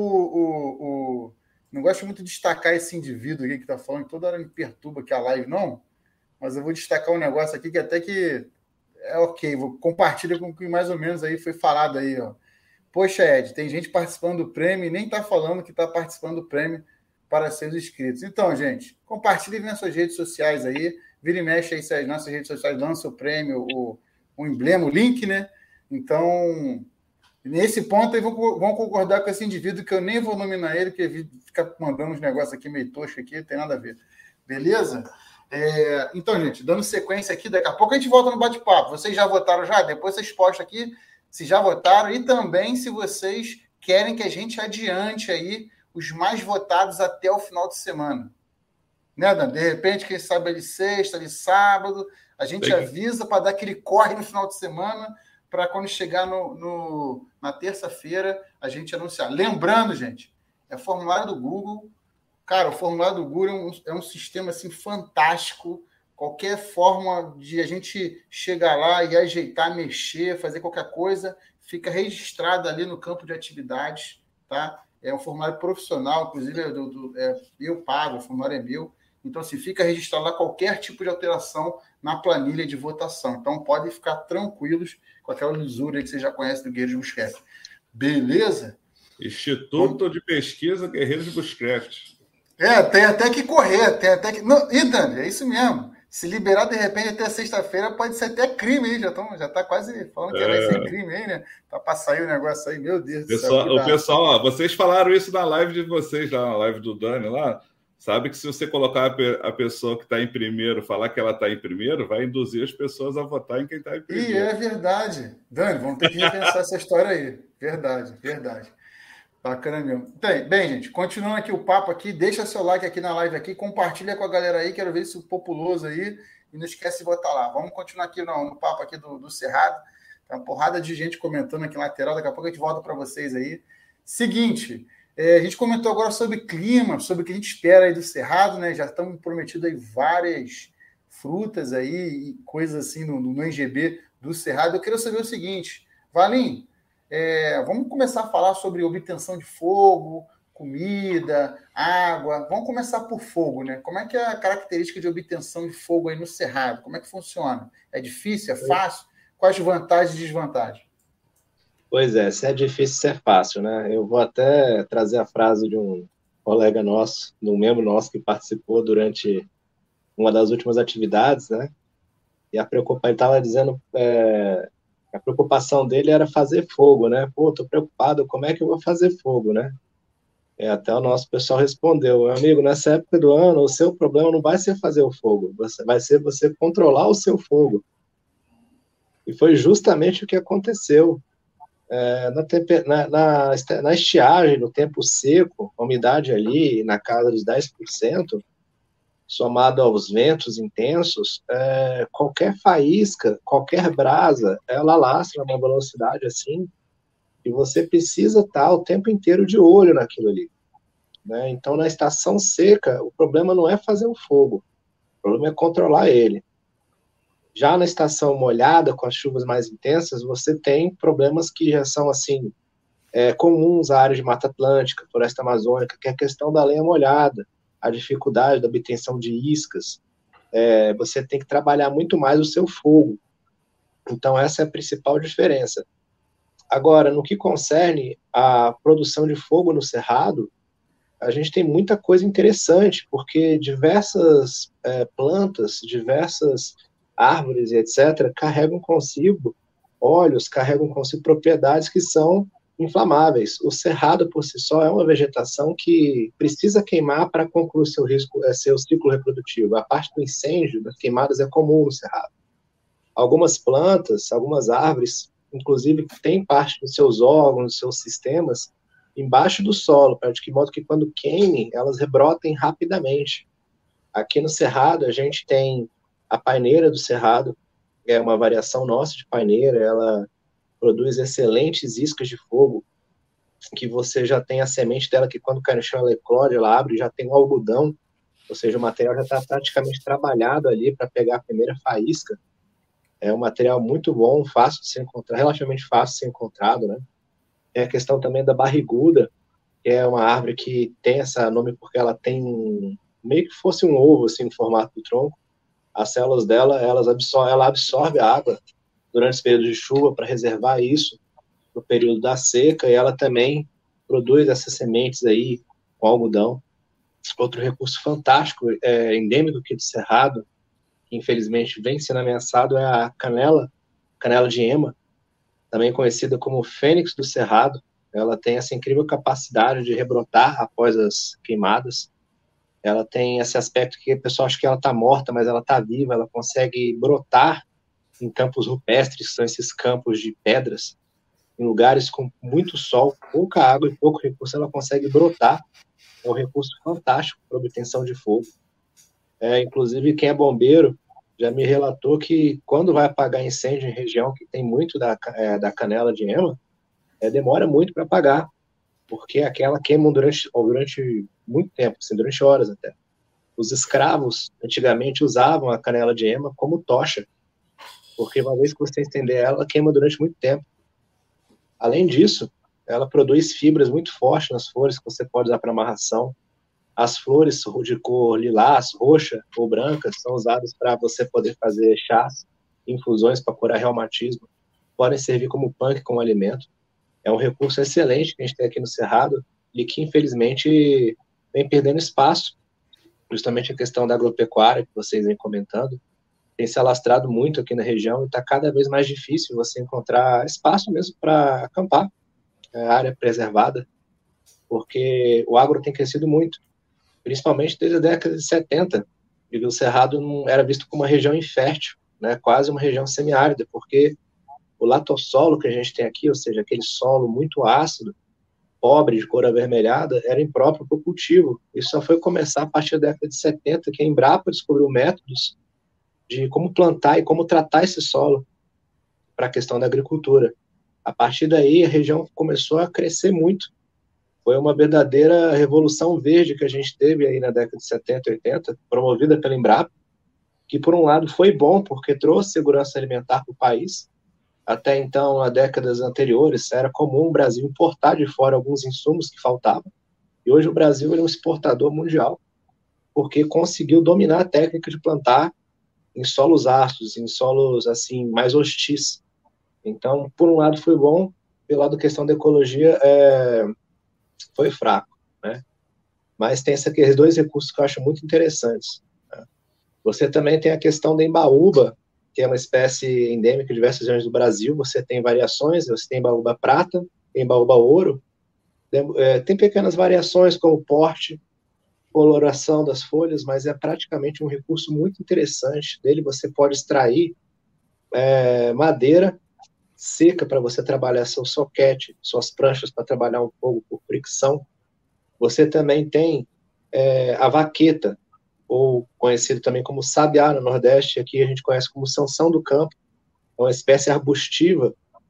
não gosto muito de destacar esse indivíduo aqui que está falando, toda hora me perturba aqui a live, não. Mas eu vou destacar um negócio aqui que até que é ok. Vou compartilhar com o que mais ou menos aí foi falado aí, ó. Poxa, Ed, tem gente participando do prêmio e nem está falando que está participando do prêmio para seus inscritos. Então, gente, compartilhe nas suas redes sociais aí, vira e mexe aí, se as nossas redes sociais lançam o prêmio, o emblema, o link, né? Então, nesse ponto aí vão concordar com esse indivíduo, que eu nem vou nominar ele, porque fica mandando uns negócios aqui meio tosco aqui, não tem nada a ver. Beleza? Então, gente, dando sequência aqui, daqui a pouco a gente volta no bate-papo. Vocês já votaram já? Depois vocês postam aqui se já votaram e também se vocês querem que a gente adiante aí os mais votados até o final de semana. Né, Dan? De repente, quem sabe de sexta, de sábado, a gente avisa para dar aquele corre no final de semana, para quando chegar na terça-feira a gente anunciar. Lembrando, gente, é formulário do Google. Cara, o formulário do Google é um sistema assim, fantástico. Qualquer forma de a gente chegar lá e ajeitar, mexer, fazer qualquer coisa, fica registrado ali no campo de atividades, tá? É um formulário profissional, inclusive eu pago, o formulário é meu. Então, assim, fica registrado lá qualquer tipo de alteração na planilha de votação. Então, podem ficar tranquilos com aquela lisura que você já conhece do Guerreiros Bushcraft. Beleza? Instituto de Pesquisa Guerreiros Bushcraft. Tem até que correr, tem até que... Não, e, Dani, é isso mesmo. Se liberar, de repente, até sexta-feira, pode ser até crime aí. Já tá quase falando que vai ser crime aí, né? Tá para sair o negócio aí, meu Deus do céu. O pessoal, vocês falaram isso na live de vocês, lá na live do Dani, lá. Sabe que se você colocar a pessoa que está em primeiro, falar que ela está em primeiro, vai induzir as pessoas a votar em quem está em primeiro. E é verdade. Dani, vamos ter que repensar essa história aí. Verdade. Bacana mesmo. Bem, gente, continuando aqui o papo aqui, deixa seu like aqui na live aqui, compartilha com a galera aí, quero ver esse populoso aí, e não esquece de votar lá. Vamos continuar aqui no papo aqui do Cerrado. Tem uma porrada de gente comentando aqui na lateral, daqui a pouco a gente volta para vocês aí. Seguinte, a gente comentou agora sobre clima, sobre o que a gente espera aí do Cerrado, né? Já estão prometidos aí várias frutas aí e coisas assim no NGB do Cerrado. Eu queria saber o seguinte, Valim, vamos começar a falar sobre obtenção de fogo, comida, água. Vamos começar por fogo, né? Como é que é a característica de obtenção de fogo aí no Cerrado? Como é que funciona? É difícil? É fácil? Quais vantagens e desvantagens? Pois é, se é difícil, se é fácil, né? Eu vou até trazer a frase de um colega nosso, de um membro nosso que participou durante uma das últimas atividades, né? E ele estava dizendo, a preocupação dele era fazer fogo, né? Pô, tô preocupado, como é que eu vou fazer fogo, né? Até o nosso pessoal respondeu, meu amigo, nessa época do ano, o seu problema não vai ser fazer o fogo, vai ser você controlar o seu fogo. E foi justamente o que aconteceu. Na estiagem, no tempo seco, a umidade ali na casa dos 10%, somado aos ventos intensos, qualquer faísca, qualquer brasa, ela alastra uma velocidade assim, e você precisa estar o tempo inteiro de olho naquilo ali. Né? Então, na estação seca, o problema não é fazer o fogo, o problema é controlar ele. Já na estação molhada, com as chuvas mais intensas, você tem problemas que já são assim comuns à área de Mata Atlântica, Floresta Amazônica, que é a questão da lenha molhada, a dificuldade da obtenção de iscas. Você tem que trabalhar muito mais o seu fogo. Então, essa é a principal diferença. Agora, no que concerne a produção de fogo no Cerrado, a gente tem muita coisa interessante, porque diversas plantas, diversas árvores e etc., carregam consigo óleos, carregam consigo propriedades que são inflamáveis. O cerrado, por si só, é uma vegetação que precisa queimar para concluir seu ciclo reprodutivo. A parte do incêndio, das queimadas, é comum no cerrado. Algumas plantas, algumas árvores, inclusive, têm parte dos seus órgãos, dos seus sistemas, embaixo do solo, de que modo que quando queimem, elas rebrotem rapidamente. Aqui no cerrado, a gente tem a paineira do cerrado, é uma variação nossa de paineira, ela produz excelentes iscas de fogo, que você já tem a semente dela, que quando cai no chão ela eclode, ela abre, já tem um algodão, ou seja, o material já está praticamente trabalhado ali para pegar a primeira faísca. É um material muito bom, fácil de ser encontrado, relativamente fácil de ser encontrado, né? É a questão também da barriguda, que é uma árvore que tem esse nome porque ela tem meio que fosse um ovo, assim, no formato do tronco. As células dela, ela absorve a água durante os períodos de chuva para reservar isso no período da seca, e ela também produz essas sementes aí com algodão. Outro recurso fantástico, endêmico aqui do Cerrado, que infelizmente vem sendo ameaçado, é a canela de ema, também conhecida como fênix do Cerrado. Ela tem essa incrível capacidade de rebrotar após as queimadas. Ela tem esse aspecto que o pessoal acha que ela está morta, mas ela está viva, ela consegue brotar em campos rupestres, que são esses campos de pedras, em lugares com muito sol, pouca água e pouco recurso, ela consegue brotar. É um recurso fantástico para obtenção de fogo. Inclusive, quem é bombeiro já me relatou que quando vai apagar incêndio em região que tem muito da canela de ema, demora muito para apagar, porque aquela queima durante muito tempo, assim, durante horas até. Os escravos, antigamente, usavam a canela de ema como tocha, porque uma vez que você estender ela queima durante muito tempo. Além disso, ela produz fibras muito fortes nas flores, que você pode usar para amarração. As flores de cor lilás, roxa ou branca são usadas para você poder fazer chás, infusões para curar reumatismo. Podem servir como punk, como alimento. É um recurso excelente que a gente tem aqui no Cerrado e que, infelizmente, vem perdendo espaço. Justamente a questão da agropecuária, que vocês vêm comentando, tem se alastrado muito aqui na região e está cada vez mais difícil você encontrar espaço mesmo para acampar, área preservada, porque o agro tem crescido muito, principalmente desde a década de 70, e o Cerrado não era visto como uma região infértil, né, quase uma região semiárida, porque o latossolo que a gente tem aqui, ou seja, aquele solo muito ácido, pobre, de cor avermelhada, era impróprio para o cultivo. Isso só foi começar a partir da década de 70, que a Embrapa descobriu métodos de como plantar e como tratar esse solo. para a questão da agricultura. A partir daí, a região começou a crescer muito. Foi uma verdadeira revolução verde que a gente teve aí na década de 70, 80, promovida pela Embrapa, que por um lado foi bom, porque trouxe segurança alimentar para o país. Até então, nas décadas anteriores, era comum o Brasil importar de fora alguns insumos que faltavam, e hoje o Brasil é um exportador mundial, porque conseguiu dominar a técnica de plantar em solos ácidos, em solos assim mais hostis. Então, por um lado foi bom, pelo lado da questão da ecologia foi fraco, né? Mas tem esses dois recursos que eu acho muito interessantes. Né? Você também tem a questão da embaúba, que é uma espécie endêmica de diversas regiões do Brasil. Você tem variações, você tem embaúba prata, tem embaúba ouro, tem pequenas variações como porte, coloração das folhas, mas é praticamente um recurso muito interessante. Dele você pode extrair madeira seca para você trabalhar seu soquete, suas pranchas para trabalhar um fogo por fricção. Você também tem a vaqueta, ou conhecido também como sabiá no Nordeste, aqui a gente conhece como sanção do campo, é uma espécie arbustiva,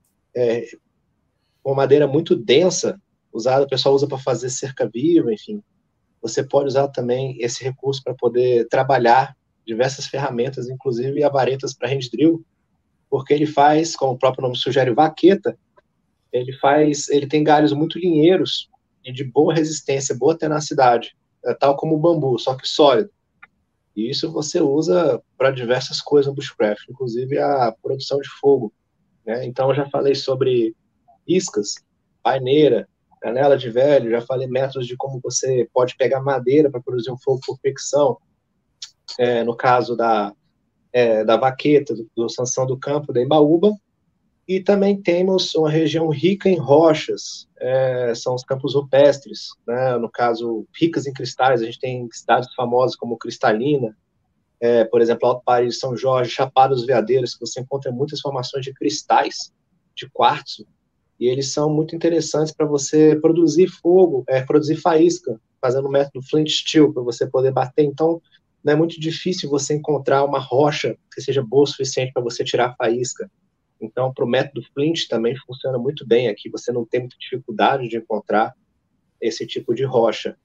com madeira muito densa, o pessoal usa para fazer cerca viva, enfim. Você pode usar também esse recurso para poder trabalhar diversas ferramentas, inclusive avaretas para hand drill, porque ele faz, como o próprio nome sugere, vaqueta, ele tem galhos muito linheiros e de boa resistência, boa tenacidade, tal como o bambu, só que sólido. E isso você usa para diversas coisas no bushcraft, inclusive a produção de fogo. Né? Então, eu já falei sobre iscas, paineira, canela de velho, já falei métodos de como você pode pegar madeira para produzir um fogo por fricção, no caso da vaqueta, do sanção do campo, da embaúba, e também temos uma região rica em rochas, são os campos rupestres, né? No caso, ricas em cristais. A gente tem cidades famosas como Cristalina, por exemplo, Alto Paraíso de São Jorge, Chapada dos Veadeiros, que você encontra muitas formações de cristais, de quartzo, e eles são muito interessantes para você produzir fogo, produzir faísca, fazendo o método flint steel, para você poder bater. Então, não é muito difícil você encontrar uma rocha que seja boa o suficiente para você tirar a faísca. Então, para o método flint também funciona muito bem aqui, você não tem muita dificuldade de encontrar esse tipo de rocha.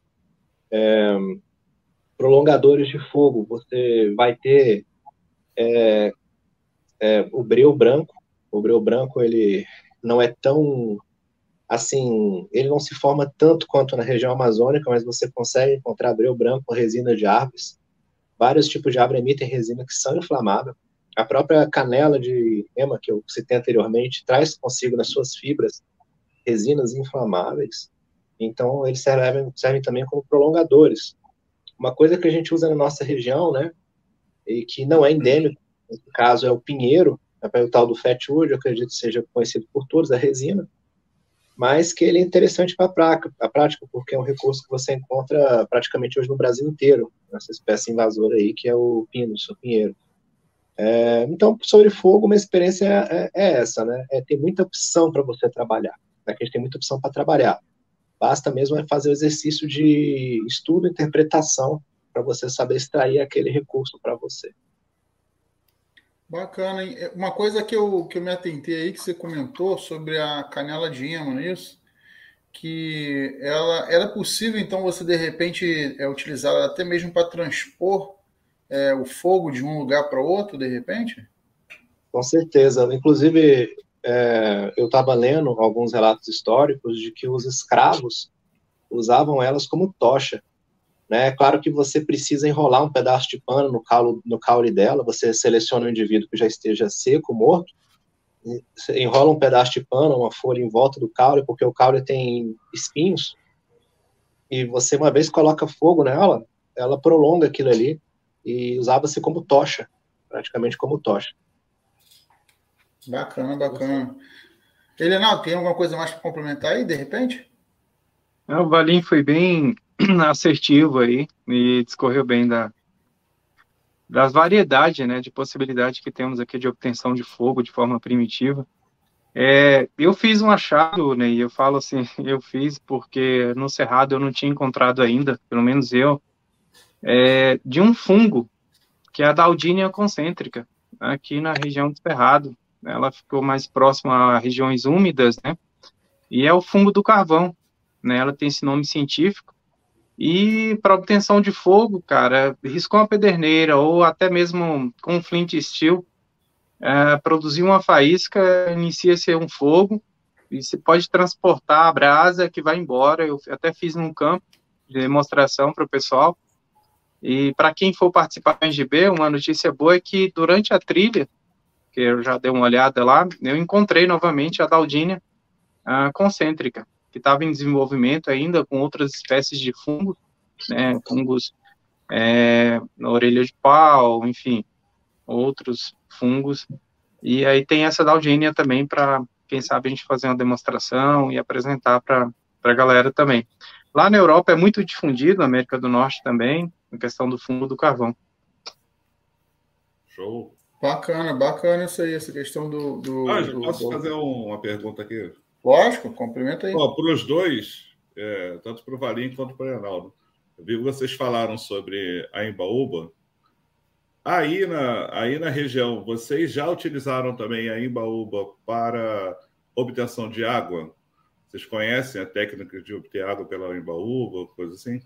Prolongadores de fogo, você vai ter o breu branco. O breu branco, ele não é tão, assim, ele não se forma tanto quanto na região amazônica, mas você consegue encontrar breu branco com resina de árvores. Vários tipos de árvore emitem resina que são inflamáveis. A própria canela de ema, que eu citei anteriormente, traz consigo nas suas fibras resinas inflamáveis. Então, eles servem também como prolongadores. Uma coisa que a gente usa na nossa região, né, e que não é endêmico, no caso é o pinheiro, o tal do fatwood, eu acredito que seja conhecido por todos, a resina, mas que ele é interessante para a prática, porque é um recurso que você encontra praticamente hoje no Brasil inteiro, essa espécie invasora aí, que é o pinus, o pinheiro. Então, sobre fogo, uma experiência é essa, né? Tem muita opção para você trabalhar, né? A gente tem muita opção para trabalhar. Basta mesmo fazer o exercício de estudo e interpretação para você saber extrair aquele recurso para você. Bacana, hein? Uma coisa que eu me atentei aí, que você comentou sobre a canela de ema, não é isso? Que ela era possível, então, você, de repente, utilizá-la até mesmo para transpor o fogo de um lugar para outro, de repente? Com certeza. Inclusive, eu estava lendo alguns relatos históricos de que os escravos usavam elas como tocha. Né? Claro que você precisa enrolar um pedaço de pano no caule dela, você seleciona um indivíduo que já esteja seco, morto, enrola um pedaço de pano, uma folha em volta do caule, porque o caule tem espinhos, e você, uma vez coloca fogo nela, ela prolonga aquilo ali, e usava-se como tocha, praticamente como tocha. Bacana, bacana. Helenaldo, tem alguma coisa mais para complementar aí, de repente? O Valim foi bem assertivo aí, e discorreu bem das variedades, né, de possibilidades que temos aqui de obtenção de fogo de forma primitiva. Eu fiz um achado, né, e eu falo assim, eu fiz porque no Cerrado eu não tinha encontrado ainda, pelo menos eu, de um fungo, que é a Daudinia concêntrica, aqui na região do Cerrado. ela ficou mais próxima a regiões úmidas, né? E é o fungo do carvão, né? Ela tem esse nome científico. E para obtenção de fogo, cara, riscou uma pederneira ou até mesmo com um flint steel, produzir uma faísca, inicia-se um fogo e você pode transportar a brasa que vai embora. Eu até fiz num campo de demonstração para o pessoal. E para quem for participar do NGB, uma notícia boa é que durante a trilha, que eu já dei uma olhada lá, eu encontrei novamente a Daudinia concêntrica, que estava em desenvolvimento ainda com outras espécies de fungos, né, fungos na orelha de pau, enfim, outros fungos. E aí tem essa Daudinia também para, quem sabe, a gente fazer uma demonstração e apresentar para a galera também. Lá na Europa é muito difundido, na América do Norte também, a questão do fungo do carvão. Show. Bacana isso aí, essa questão posso fazer uma pergunta aqui? Lógico, cumprimenta aí. Para os dois, tanto para o Valim quanto para o Reinaldo, eu vi que vocês falaram sobre a Embaúba. Aí na região, vocês já utilizaram também a Embaúba para obtenção de água? Vocês conhecem a técnica de obter água pela Embaúba, coisa assim?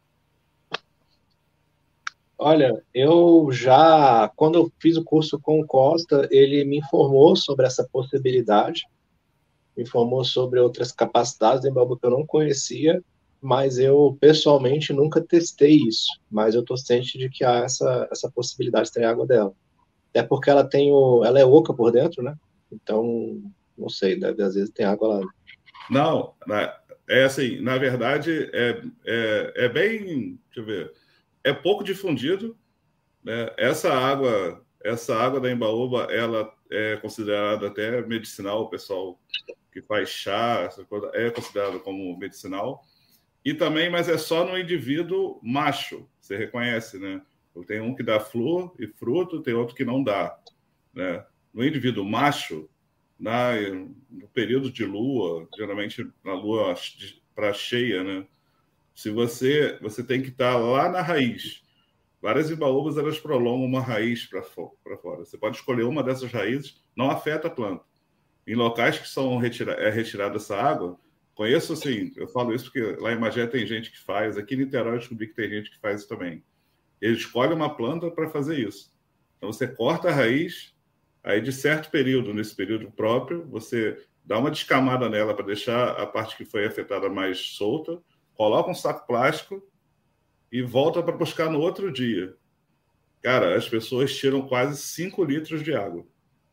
Olha, quando eu fiz o curso com o Costa, ele me informou sobre essa possibilidade, me informou sobre outras capacidades da Embaúba que eu não conhecia, mas eu, pessoalmente, nunca testei isso. Mas eu estou ciente de que há essa possibilidade de ter água dela. Até porque ela é oca por dentro, né? Então, não sei, às vezes tem água lá. Não, é assim, na verdade, é bem, deixa eu ver, é pouco difundido, né? Essa água da Embaúba, ela é considerada até medicinal, o pessoal que faz chá, essa coisa, é considerado como medicinal. E também, mas é só no indivíduo macho, você reconhece, né? Tem um que dá flor e fruto, tem outro que não dá, né? No indivíduo macho, no período de lua, geralmente na lua para cheia, né? Se você tem que estar lá na raiz. Várias embaúbas, elas prolongam uma raiz para fora. Você pode escolher uma dessas raízes, não afeta a planta. Em locais que são retirada essa água, conheço assim, eu falo isso porque lá em Magé tem gente que faz, aqui em Niterói eu descobri que tem gente que faz isso também. Ele escolhe uma planta para fazer isso. Então você corta a raiz, aí de certo período, nesse período próprio, você dá uma descamada nela para deixar a parte que foi afetada mais solta, coloca um saco plástico e volta para buscar no outro dia. Cara, as pessoas tiram quase 5 litros de água.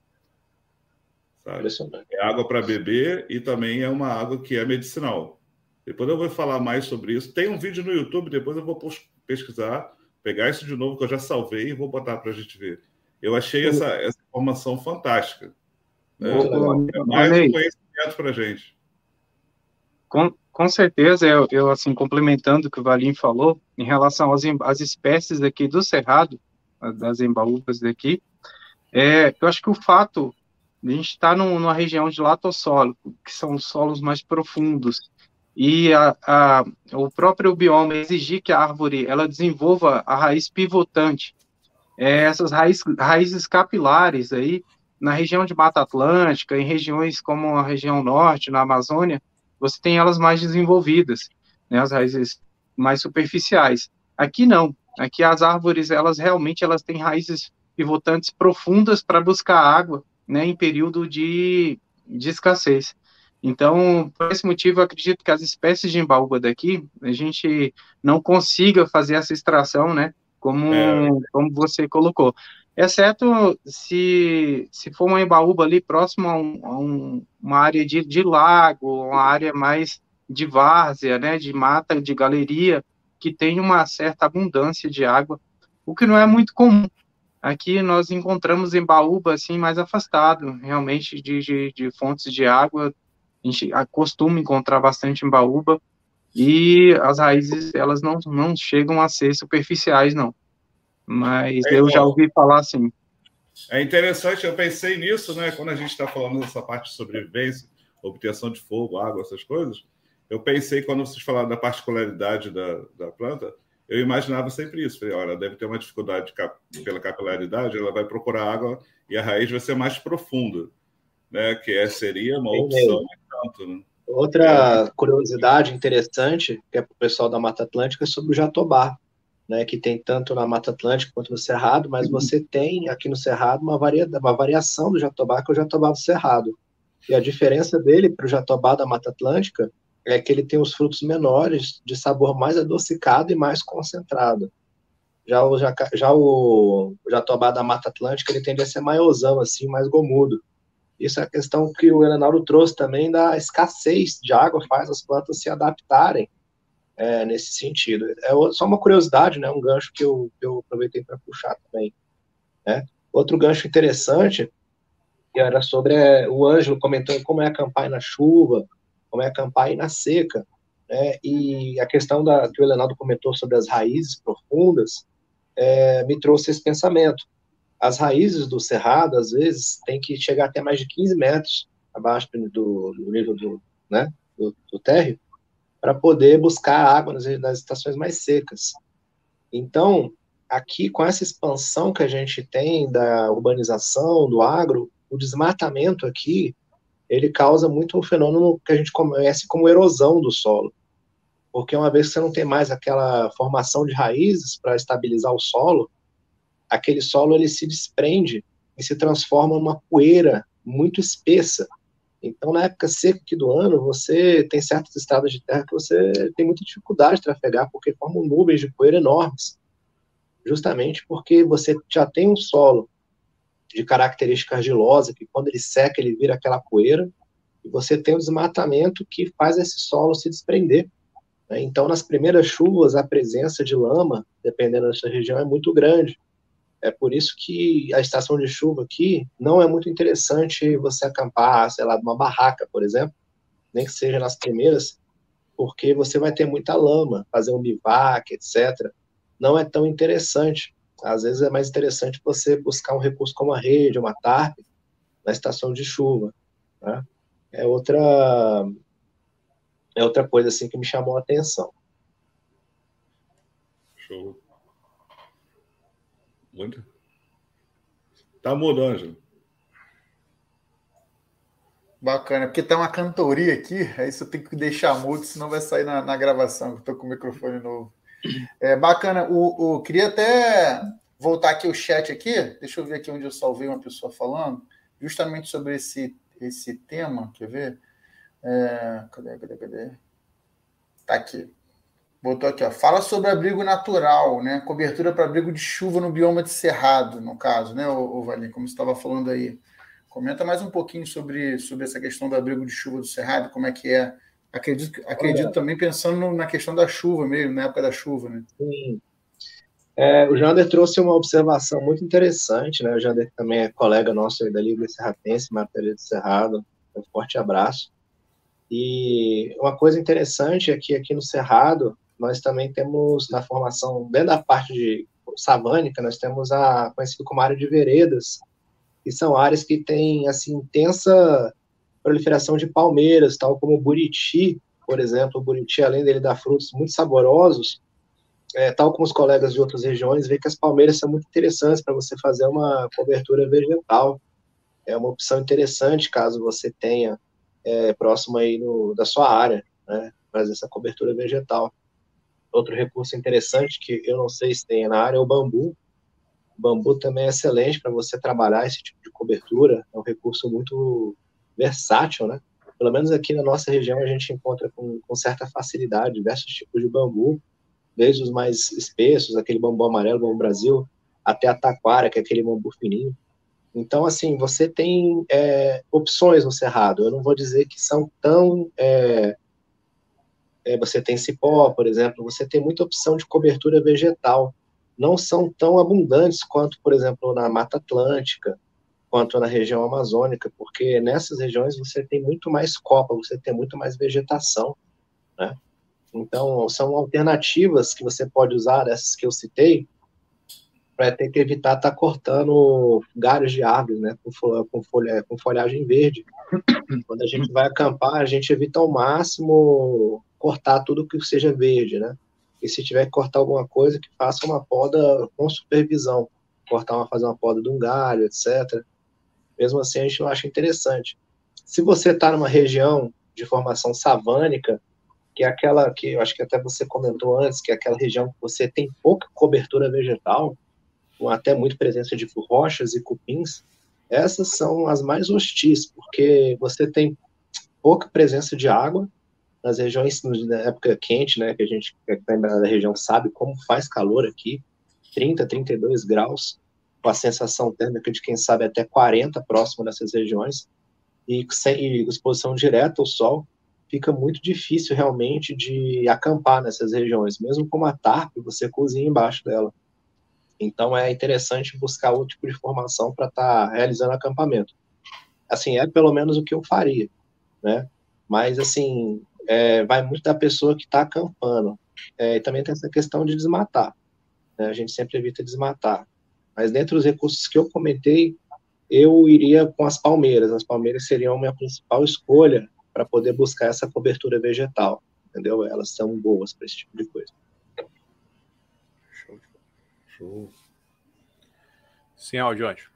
Sabe? É água para beber e também é uma água que é medicinal. Depois eu vou falar mais sobre isso. Tem um vídeo no YouTube, depois eu vou pesquisar, pegar isso de novo, que eu já salvei, e vou botar para a gente ver. Eu achei essa informação fantástica. Né? É mais um conhecimento para a gente. Com certeza, eu assim, complementando o que o Valim falou, em relação às espécies aqui do Cerrado, das embaúbas daqui, eu acho que o fato de a gente estar numa região de latossolo, que são os solos mais profundos, e o próprio bioma exigir que a árvore ela desenvolva a raiz pivotante, essas raízes capilares aí, na região de Mata Atlântica, em regiões como a região norte, na Amazônia, você tem elas mais desenvolvidas, né, as raízes mais superficiais. Aqui não. Aqui as árvores, elas têm raízes pivotantes profundas para buscar água, né, em período de escassez. Então, por esse motivo, eu acredito que as espécies de embaúba daqui, a gente não consiga fazer essa extração, né, como você colocou. Exceto se for uma embaúba ali próximo a uma área de lago, uma área mais de várzea, né, de mata, de galeria, que tem uma certa abundância de água, o que não é muito comum. Aqui nós encontramos embaúba assim, mais afastado, realmente, de fontes de água. A gente costuma encontrar bastante embaúba, e as raízes, elas não chegam a ser superficiais, não. Mas eu já ouvi falar assim. É interessante, eu pensei nisso, né? Quando a gente está falando dessa parte de sobrevivência, obtenção de fogo, água, essas coisas, eu pensei, quando vocês falaram da particularidade da planta, eu imaginava sempre isso. Falei, olha, deve ter uma dificuldade pela capilaridade, ela vai procurar água e a raiz vai ser mais profunda, né? Seria uma opção, tanto, né? Outra curiosidade interessante, que é para o pessoal da Mata Atlântica, é sobre o jatobá, né, que tem tanto na Mata Atlântica quanto no Cerrado, mas você tem aqui no Cerrado uma variação do jatobá, que é o jatobá do Cerrado. E a diferença dele para o jatobá da Mata Atlântica é que ele tem os frutos menores, de sabor mais adocicado e mais concentrado. Já o jatobá da Mata Atlântica, ele tende a ser maiosão, assim, mais gomudo. Isso é a questão que o Elenaldo trouxe também da escassez de água, faz as plantas se adaptarem nesse sentido. É só uma curiosidade, né? Um gancho que eu aproveitei para puxar também. Né? Outro gancho interessante que era sobre o Ângelo comentando como é acampar na chuva, como é acampar na seca, né? E a questão que o Elenaldo comentou sobre as raízes profundas me trouxe esse pensamento. As raízes do cerrado, às vezes, tem que chegar até mais de 15 metros abaixo do nível do térreo, para poder buscar água nas estações mais secas. Então, aqui, com essa expansão que a gente tem da urbanização, do agro, o desmatamento aqui, ele causa muito um fenômeno que a gente conhece como erosão do solo. Porque uma vez que você não tem mais aquela formação de raízes para estabilizar o solo, aquele solo ele se desprende e se transforma numa poeira muito espessa. Então, na época seca aqui do ano, você tem certas estradas de terra que você tem muita dificuldade de trafegar, porque formam nuvens de poeira enormes. Justamente porque você já tem um solo de característica argilosa, que quando ele seca, ele vira aquela poeira, e você tem o desmatamento que faz esse solo se desprender. Né? Então, nas primeiras chuvas, a presença de lama, dependendo da sua região, é muito grande. É por isso que a estação de chuva aqui não é muito interessante você acampar, sei lá, numa barraca, por exemplo, nem que seja nas primeiras, porque você vai ter muita lama, fazer um bivac, etc. Não é tão interessante. Às vezes é mais interessante você buscar um recurso como a rede, uma tarp, na estação de chuva. Né? É outra coisa assim que me chamou a atenção. Show. Muito. Tá mudo, Ângelo. Bacana, porque tem uma cantoria aqui, aí você tem que deixar mudo, senão vai sair na gravação, que eu tô com o microfone novo. Bacana, queria até voltar aqui o chat aqui, deixa eu ver aqui onde eu salvei uma pessoa falando, justamente sobre esse tema, quer ver? Cadê? Tá aqui. Botou aqui, ó. Fala sobre abrigo natural, né? Cobertura para abrigo de chuva no bioma de cerrado, no caso, né, o Valim, como você estava falando aí. Comenta mais um pouquinho sobre essa questão do abrigo de chuva do cerrado, como é que é. Acredito também pensando na questão da chuva mesmo, na época da chuva, né? Sim. O Jander trouxe uma observação muito interessante, né? O Jander também é colega nosso aí da Liga Serratense, Matéria do Cerrado. Um forte abraço. E uma coisa interessante é que aqui no Cerrado, nós também temos, na formação, dentro da parte de savânica, nós temos a conhecida como área de veredas, que são áreas que têm, assim, intensa proliferação de palmeiras, tal como o buriti, por exemplo. O buriti, além dele dar frutos muito saborosos, tal como os colegas de outras regiões, vê que as palmeiras são muito interessantes para você fazer uma cobertura vegetal. É uma opção interessante, caso você tenha próximo aí da sua área, né, fazer essa cobertura vegetal. Outro recurso interessante, que eu não sei se tem na área, é o bambu. O bambu também é excelente para você trabalhar esse tipo de cobertura, é um recurso muito versátil, né? Pelo menos aqui na nossa região a gente encontra com certa facilidade diversos tipos de bambu, desde os mais espessos, aquele bambu amarelo, bambu Brasil, até a taquara, que é aquele bambu fininho. Então, assim, você tem opções no cerrado. Eu não vou dizer que são tão... você tem cipó, por exemplo, você tem muita opção de cobertura vegetal. Não são tão abundantes quanto, por exemplo, na Mata Atlântica, quanto na região amazônica, porque nessas regiões você tem muito mais copa, você tem muito mais vegetação, né? Então, são alternativas que você pode usar, dessas que eu citei, para ter que evitar estar cortando galhos de árvores, né, com folhagem verde. Quando a gente vai acampar, a gente evita ao máximo cortar tudo que seja verde, né? e se tiver que cortar alguma coisa, que faça uma poda com supervisão, fazer uma poda de um galho, etc. Mesmo assim, a gente não acha interessante. Se você está numa região de formação savânica, que é aquela que eu acho que até você comentou antes, que é aquela região que você tem pouca cobertura vegetal, com até muita presença de rochas e cupins, essas são as mais hostis, porque você tem pouca presença de água nas regiões, na época quente, né, que a gente que está da região sabe como faz calor aqui, 30, 32 graus, com a sensação térmica de quem sabe até 40 próximo dessas regiões, e sem exposição direta ao sol, fica muito difícil realmente de acampar nessas regiões, mesmo com uma tarpe, você cozinha embaixo dela. Então é interessante buscar outro tipo de formação para estar realizando acampamento. Assim, é pelo menos o que eu faria, né? Mas, assim, vai muito da pessoa que está acampando. E também tem essa questão de desmatar, né? A gente sempre evita desmatar. Mas dentre os recursos que eu comentei, eu iria com as palmeiras. As palmeiras seriam a minha principal escolha para poder buscar essa cobertura vegetal, entendeu? Elas são boas para esse tipo de coisa. Show. Sem áudio, Jorge.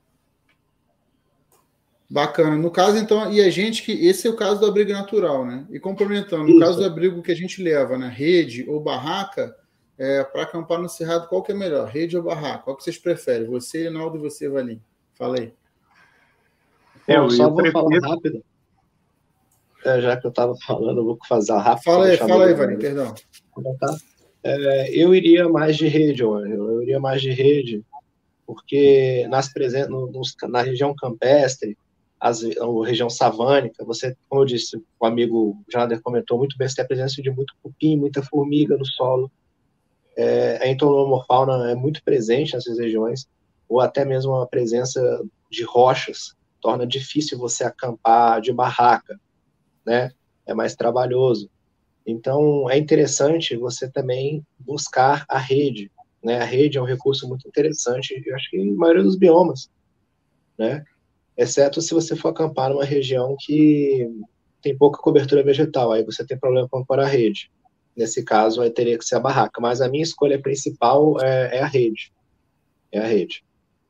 Bacana. No caso, então, e a gente que esse é o caso do abrigo natural, né? E complementando, no Isso. caso do abrigo que a gente leva, né? Rede ou barraca, para acampar no Cerrado, qual que é melhor? Rede ou barraca? Qual que vocês preferem? Você, Reinaldo, e você, Valim. Fala aí. Eu só vou falar rápido. Já que eu estava falando, eu vou fazer rápido. Fala aí, Valim, perdão. Tá? Eu iria mais de rede, eu iria mais de rede, porque na região campestre, a região savânica, você, como eu disse, o amigo Jader comentou muito bem, você tem a presença de muito cupim, muita formiga no solo, a entomofauna é muito presente nessas regiões, ou até mesmo a presença de rochas, torna difícil você acampar de barraca, né? É mais trabalhoso. Então, é interessante você também buscar a rede, né? A rede é um recurso muito interessante, eu acho que em maioria dos biomas, né? Exceto se você for acampar numa região que tem pouca cobertura vegetal, aí você tem problema com a rede. Nesse caso, aí teria que ser a barraca. Mas a minha escolha principal é a rede. É a rede.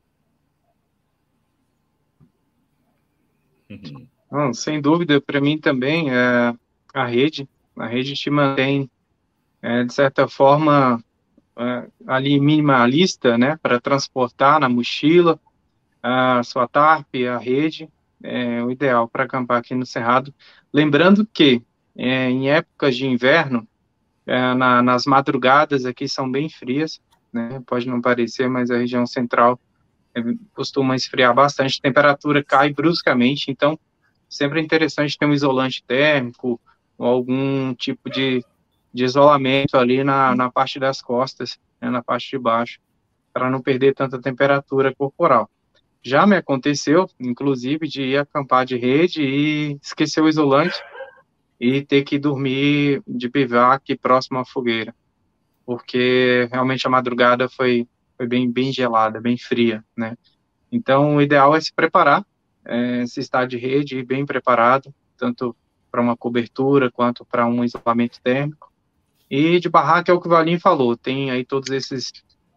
Não, sem dúvida, para mim também é a rede. A rede te mantém, de certa forma, ali minimalista, né, para transportar na mochila a sua tarpe, a rede, é o ideal para acampar aqui no Cerrado. Lembrando que em épocas de inverno, nas madrugadas aqui são bem frias, né, pode não parecer, mas a região central costuma esfriar bastante, a temperatura cai bruscamente, então sempre é interessante ter um isolante térmico ou algum tipo de isolamento ali na parte das costas, né, na parte de baixo, para não perder tanta temperatura corporal. Já me aconteceu, inclusive, de ir acampar de rede e esquecer o isolante e ter que dormir de bivac próximo à fogueira, porque realmente a madrugada foi bem gelada, bem fria, né? Então, o ideal é se preparar, se estar de rede e bem preparado, tanto para uma cobertura quanto para um isolamento térmico. E de barraca é o que o Valim falou, tem aí todos esses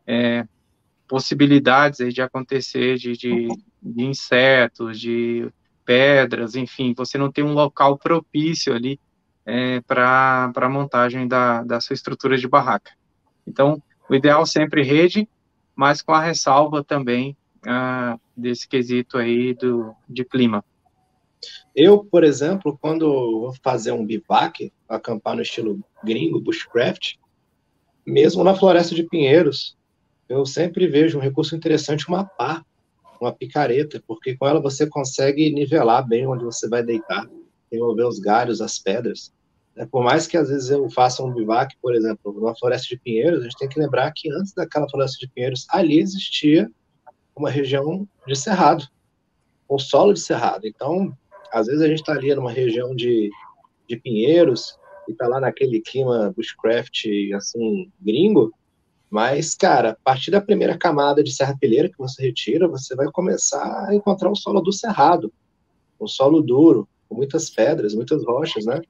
possibilidades aí de acontecer de insetos, de pedras, enfim, você não tem um local propício ali para a montagem da sua estrutura de barraca. Então, o ideal sempre rede, mas com a ressalva também desse quesito aí de clima. Eu, por exemplo, quando vou fazer um bivac, acampar no estilo gringo, bushcraft, mesmo na floresta de pinheiros, eu sempre vejo um recurso interessante, uma pá, uma picareta, porque com ela você consegue nivelar bem onde você vai deitar, remover os galhos, as pedras. Por mais que às vezes eu faça um bivac, por exemplo, numa floresta de pinheiros, a gente tem que lembrar que antes daquela floresta de pinheiros, ali existia uma região de cerrado, um solo de cerrado. Então, às vezes a gente está ali numa região de pinheiros e está lá naquele clima bushcraft, assim, gringo, mas, cara, a partir da primeira camada de serrapilheira que você retira, você vai começar a encontrar um solo do cerrado, um solo duro, com muitas pedras, muitas rochas, né?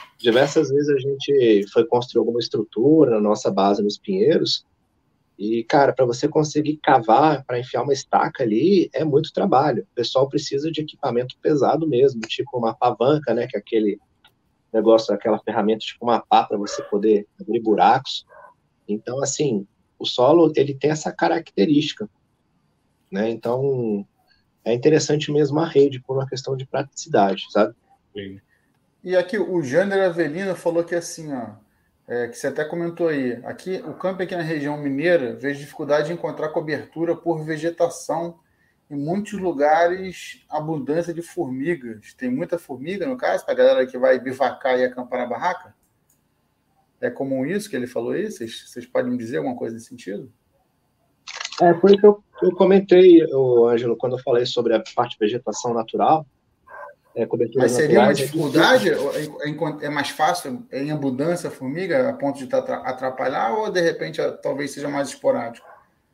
Diversas vezes a gente foi construir alguma estrutura na nossa base nos Pinheiros e, cara, para você conseguir cavar, para enfiar uma estaca ali, é muito trabalho. O pessoal precisa de equipamento pesado mesmo, tipo uma pavanca, né, que é aquele negócio, aquela ferramenta tipo uma pá para você poder abrir buracos. Então, assim, o solo, ele tem essa característica, né? Então, é interessante mesmo a rede por uma questão de praticidade, sabe? Sim. E aqui o Jander Avelino falou que assim, ó, que você até comentou aí, aqui o camping aqui na região mineira vejo dificuldade de encontrar cobertura por vegetação. Em muitos lugares, abundância de formigas. Tem muita formiga, no caso, para a galera que vai bivacar e acampar na barraca? É comum isso que ele falou aí? Vocês podem me dizer alguma coisa nesse sentido? Por isso que eu comentei, Ângelo, quando eu falei sobre a parte de vegetação natural, coberturas Mas seria naturais. uma dificuldade? É mais fácil em abundância a formiga a ponto de atrapalhar ou de repente talvez seja mais esporádico?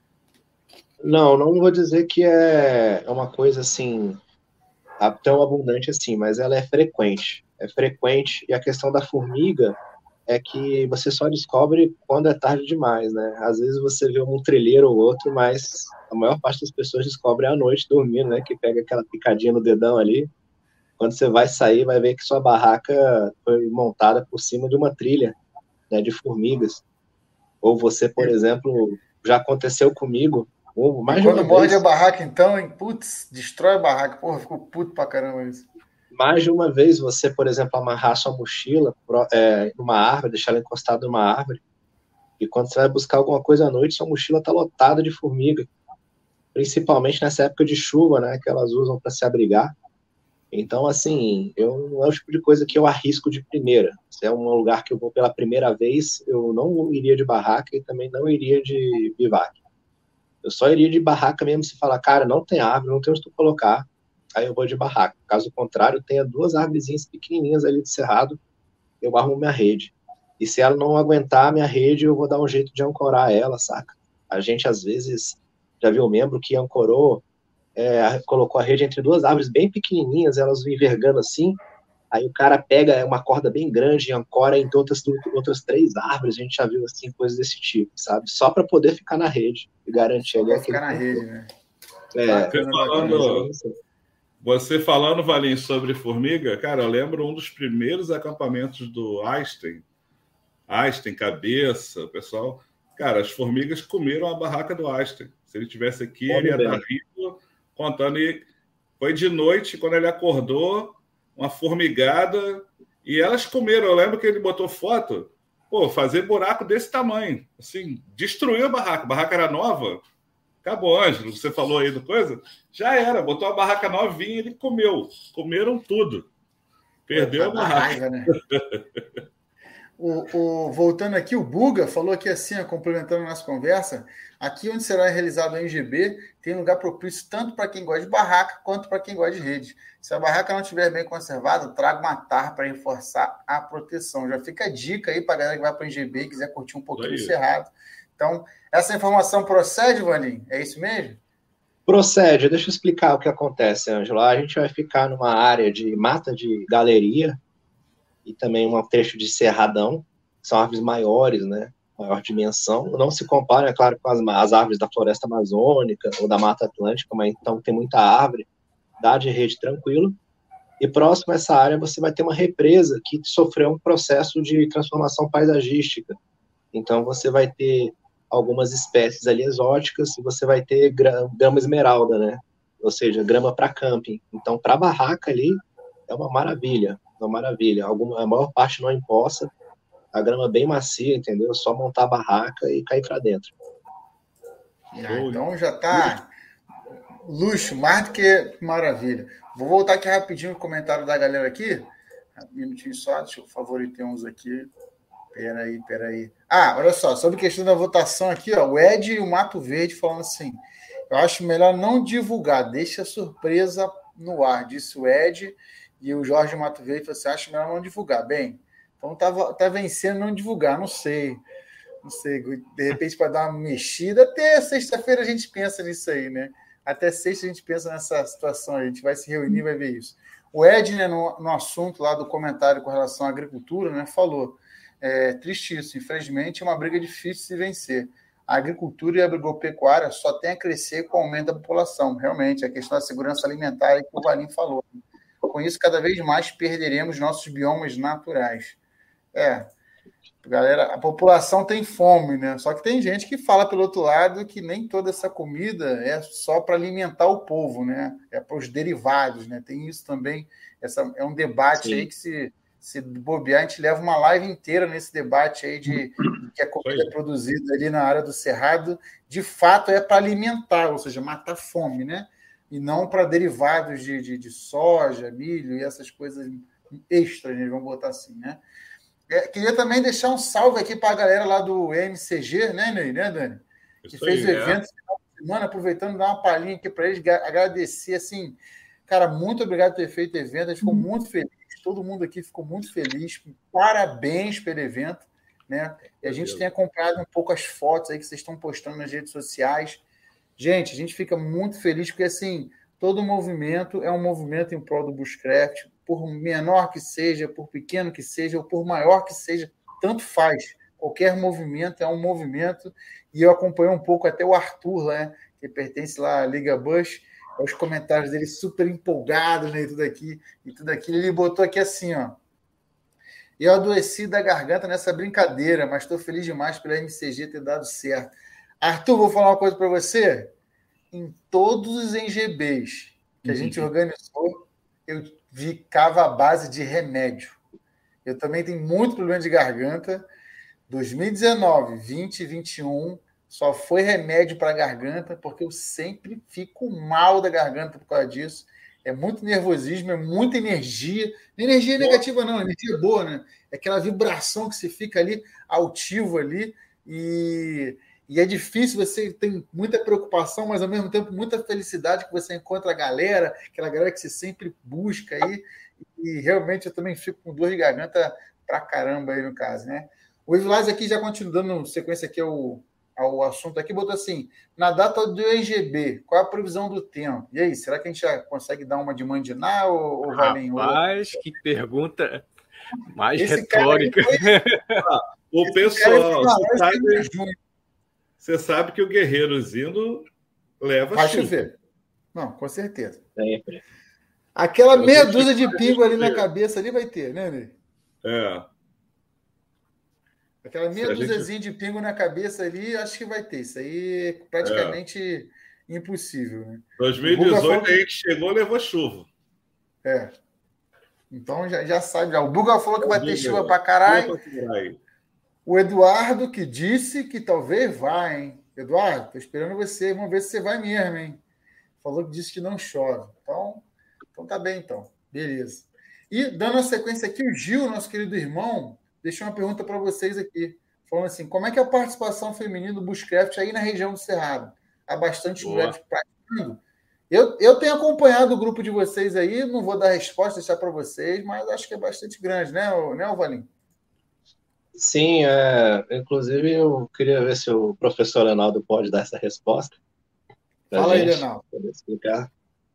Não vou dizer que é uma coisa assim tão abundante assim, mas ela é frequente. É frequente e a questão da formiga é que você só descobre quando é tarde demais, né? Às vezes você vê um trilheiro ou outro, mas a maior parte das pessoas descobre à noite dormindo, né? Que pega aquela picadinha no dedão ali. Quando você vai sair, vai ver que sua barraca foi montada por cima de uma trilha, né, de formigas. Ou você, por exemplo, já aconteceu comigo, mais de quando uma morde vez. a barraca, então, hein? Putz, destrói a barraca. Porra, ficou puto pra caramba isso. Mais de uma vez você, por exemplo, amarrar sua mochila numa árvore, deixar ela encostada numa árvore, e quando você vai buscar alguma coisa à noite, sua mochila está lotada de formiga, principalmente nessa época de chuva, né, que elas usam para se abrigar. Então, assim, não é o tipo de coisa que eu arrisco de primeira. Se é um lugar que eu vou pela primeira vez, eu não iria de barraca e também não iria de bivac. Eu só iria de barraca mesmo se falar, cara, não tem árvore, não tem onde tu colocar, aí eu vou de barraca. Caso contrário, tenha 2 árvorezinhas pequenininhas ali do cerrado, eu armo minha rede. E se ela não aguentar a minha rede, eu vou dar um jeito de ancorar ela, saca? A gente, às vezes, já viu membro que ancorou, colocou a rede entre 2 árvores bem pequenininhas, elas envergando assim, aí o cara pega uma corda bem grande e ancora em outras 3 árvores, a gente já viu assim, coisas desse tipo, sabe? Só para poder ficar na rede e garantir ali aquele ficar na rede, né? Você falando, Valinho, sobre formiga, cara, eu lembro um dos primeiros acampamentos do Einstein, Cabeça, o pessoal, cara, as formigas comeram a barraca do Einstein. Se ele tivesse aqui, ele ia estar rindo, contando. E foi de noite, quando ele acordou, uma formigada, e elas comeram. Eu lembro que ele botou foto, fazer buraco desse tamanho, assim, destruiu a barraca era nova, acabou, Ângelo, você falou aí do coisa, já era, botou a barraca novinha e ele comeram tudo, perdeu a barraca. Raiva, né? Voltando aqui, o Buga falou aqui assim, complementando a nossa conversa, aqui onde será realizado o NGB, tem lugar propício tanto para quem gosta de barraca quanto para quem gosta de rede. Se a barraca não estiver bem conservada, traga uma tarra para reforçar a proteção. Já fica a dica aí para a galera que vai para o NGB e quiser curtir um pouquinho do cerrado. Então, essa informação procede, Valinho? É isso mesmo? Procede. Deixa eu explicar o que acontece, Ângelo. A gente vai ficar numa área de mata de galeria e também um trecho de cerradão, são árvores maiores, né, maior dimensão, não se compara, é claro, com as árvores da floresta amazônica ou da Mata Atlântica, mas então tem muita árvore, dá de rede tranquilo, e próximo a essa área você vai ter uma represa que sofreu um processo de transformação paisagística, então você vai ter algumas espécies ali exóticas, e você vai ter grama esmeralda, né, ou seja, grama para camping, então para barraca ali é uma maravilha, a maior parte não empoça, a grama bem macia, entendeu? Só montar a barraca e cair para dentro. Então já tá luxo, mais do que maravilha. Vou voltar aqui rapidinho no comentário da galera aqui, um minutinho só, deixa eu favoritar uns aqui. Peraí. Olha só, sobre a questão da votação aqui, ó, o Ed e o Mato Verde falando assim, eu acho melhor não divulgar, deixa a surpresa no ar, disse o Ed. E o Jorge Mato Verde falou assim, acho melhor não divulgar. Bem, então tá vencendo não divulgar, não sei. De repente para dar uma mexida, até sexta-feira a gente pensa nisso aí, né? Até sexta a gente pensa nessa situação, a gente vai se reunir e vai ver isso. O Ed, né, no assunto lá do comentário com relação à agricultura, né, falou, triste isso, infelizmente é uma briga difícil de se vencer. A agricultura e a agropecuária só tem a crescer com o aumento da população. Realmente, a questão da segurança alimentar que o Valim falou. Com isso, cada vez mais perderemos nossos biomas naturais. Galera, a população tem fome, né? Só que tem gente que fala pelo outro lado que nem toda essa comida é só para alimentar o povo, né? É para os derivados, né? Tem isso também. É um debate aí que se bobear, a gente leva uma live inteira nesse debate aí de que a comida é produzida ali na área do Cerrado, de fato é para alimentar, ou seja, matar fome, né? E não para derivados de soja, milho e essas coisas extras, né? Vamos botar assim, né? Queria também deixar um salve aqui para a galera lá do MCG, né, Ney? Né, Dani? Que fez o evento final de semana, aproveitando dar uma palhinha aqui para eles, agradecer, assim, cara, muito obrigado por ter feito o evento, a gente ficou muito feliz, todo mundo aqui ficou muito feliz, parabéns pelo evento, né? E a gente tem acompanhado um pouco as fotos aí que vocês estão postando nas redes sociais. Gente, a gente fica muito feliz porque, assim, todo movimento é um movimento em prol do Bushcraft, por menor que seja, por pequeno que seja, ou por maior que seja, tanto faz. Qualquer movimento é um movimento. E eu acompanhei um pouco até o Arthur, né, que pertence lá à Liga Bush, os comentários dele super empolgados, né, e tudo aquilo. Ele botou aqui assim, ó. Eu adoeci da garganta nessa brincadeira, mas estou feliz demais pela MCG ter dado certo. Arthur, vou falar uma coisa para você. Em todos os NGBs que a gente organizou, eu ficava à base de remédio. Eu também tenho muito problema de garganta. 2019, 20 e 21 só foi remédio para garganta, porque eu sempre fico mal da garganta por causa disso. É muito nervosismo, é muita energia. Energia negativa não, energia boa, né? É aquela vibração que você fica ali, altivo ali, e é difícil, você tem muita preocupação, mas ao mesmo tempo muita felicidade que você encontra a galera, aquela galera que você sempre busca aí, e realmente eu também fico com dor de garganta pra caramba aí no caso, né? O Evilás aqui já continua dando sequência aqui ao assunto aqui, botou assim, na data do EGB, qual é a previsão do tempo? E aí, será que a gente já consegue dar uma de mandiná ou Valim? Rapaz, que pergunta mais retórica. O pessoal, você sabe que o Guerreirozinho leva vai chuva. chover. Não, com certeza. Sempre. Aquela meia dúzia de pingo ali na cabeça ali vai ter, né, Ney? Aquela meia dúziazinha de pingo na cabeça ali, acho que vai ter. Isso aí é praticamente impossível, né? 2018 aí que chegou, levou chuva. Então já sabe. Já. O Buga falou que vai ter chuva pra caralho. O Eduardo que disse que talvez vá, hein? Eduardo, tô esperando você. Vamos ver se você vai mesmo, hein? Falou que disse que não chove. Então tá bem, então. Beleza. E dando a sequência aqui, o Gil, nosso querido irmão, deixou uma pergunta para vocês aqui. Falando assim, como é que é a participação feminina do Bushcraft aí na região do Cerrado? Há bastante mulheres praticando. Eu tenho acompanhado o grupo de vocês aí, não vou dar resposta, deixar para vocês, mas acho que é bastante grande, né, Valim? Sim, inclusive eu queria ver se o professor Leonardo pode dar essa resposta. Fala aí, Leonardo. Poder explicar.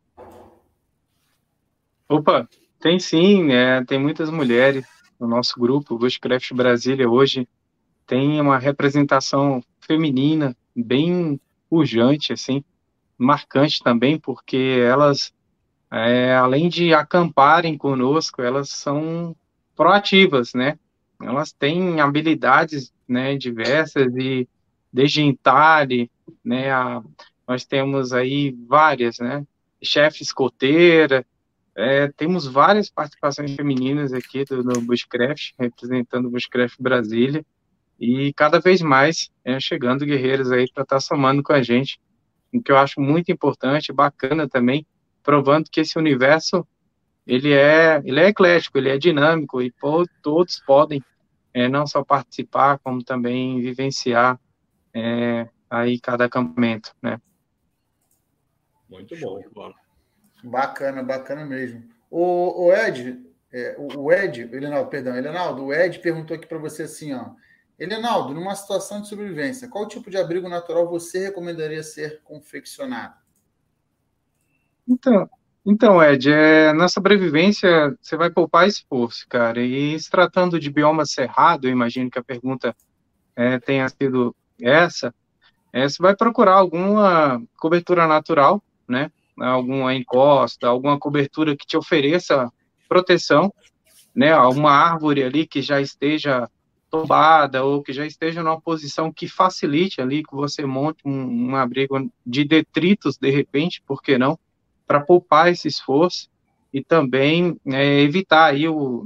Opa, tem sim, tem muitas mulheres no nosso grupo. O Bushcraft Brasília hoje tem uma representação feminina bem pujante, assim, marcante também, porque elas, além de acamparem conosco, elas são proativas, né? Elas têm habilidades, né, diversas, e desde entalhe, né, nós temos aí várias, né? Chefe escoteira, temos várias participações femininas aqui no Bushcraft, representando o Bushcraft Brasília, e cada vez mais chegando guerreiros aí para estar somando com a gente, o que eu acho muito importante, bacana também, provando que esse universo ele é eclético, ele é dinâmico, e todos podem não só participar, como também vivenciar aí cada acampamento, né? Muito bom. Bacana mesmo. O Ed, Elenaldo, o Ed perguntou aqui para você assim, ó. Elenaldo, numa situação de sobrevivência, qual tipo de abrigo natural você recomendaria ser confeccionado? Então, Então, Ed, na sobrevivência você vai poupar esforço, cara. E se tratando de bioma cerrado, eu imagino que a pergunta tenha sido essa, você vai procurar alguma cobertura natural, né? Alguma encosta, alguma cobertura que te ofereça proteção, né? Alguma árvore ali que já esteja tombada ou que já esteja numa posição que facilite ali que você monte um abrigo de detritos, de repente, por que não? Para poupar esse esforço e também evitar aí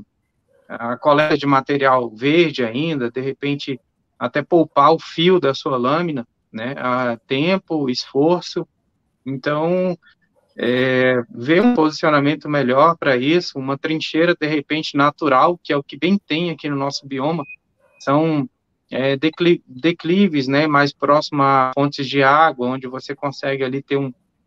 a coleta de material verde ainda, de repente até poupar o fio da sua lâmina, né? A tempo, esforço. Então, ver um posicionamento melhor para isso, uma trincheira de repente natural, que é o que bem tem aqui no nosso bioma, são declives, né, mais próximo a fontes de água, onde você consegue ali ter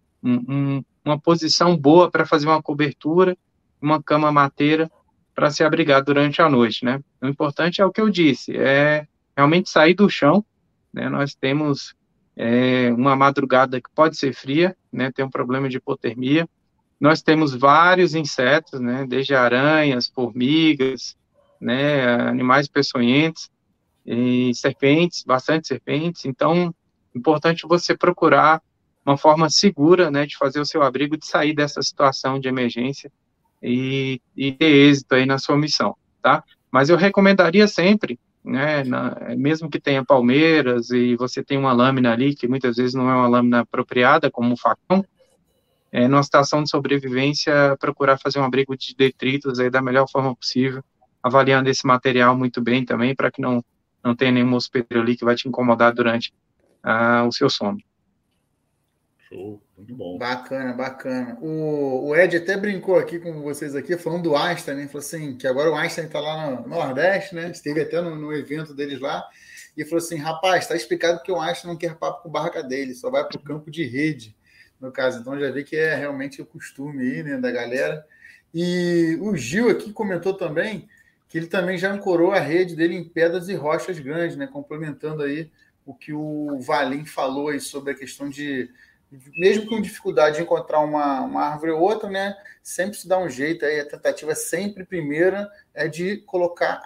uma posição boa para fazer uma cobertura, uma cama mateira para se abrigar durante a noite, né? O importante é o que eu disse, é realmente sair do chão, né? Nós temos uma madrugada que pode ser fria, né? Tem um problema de hipotermia. Nós temos vários insetos, né? Desde aranhas, formigas, né? Animais peçonhentos e serpentes, bastante serpentes. Então, importante você procurar uma forma segura, né, de fazer o seu abrigo, de sair dessa situação de emergência e ter êxito aí na sua missão, tá? Mas eu recomendaria sempre, né, mesmo que tenha palmeiras e você tem uma lâmina ali, que muitas vezes não é uma lâmina apropriada, como um facão, numa situação de sobrevivência, procurar fazer um abrigo de detritos aí da melhor forma possível, avaliando esse material muito bem também, para que não tenha nenhum hospedeiro ali que vai te incomodar durante o seu sono. Show, muito bom. Bacana, bacana. O Ed até brincou aqui com vocês aqui, falando do Einstein, né? Falou assim, que agora o Einstein está lá no Nordeste, né? Esteve até no evento deles lá, e falou assim, rapaz, está explicado que o Einstein não quer papo com barraca dele, só vai para o campo de rede, no caso. Então já vi que é realmente o costume aí, né, da galera. E o Gil aqui comentou também que ele também já ancorou a rede dele em pedras e rochas grandes, né? Complementando aí o que o Valim falou aí sobre a questão de, mesmo com dificuldade de encontrar uma árvore ou outra, né? Sempre se dá um jeito aí, a tentativa sempre primeira é de colocar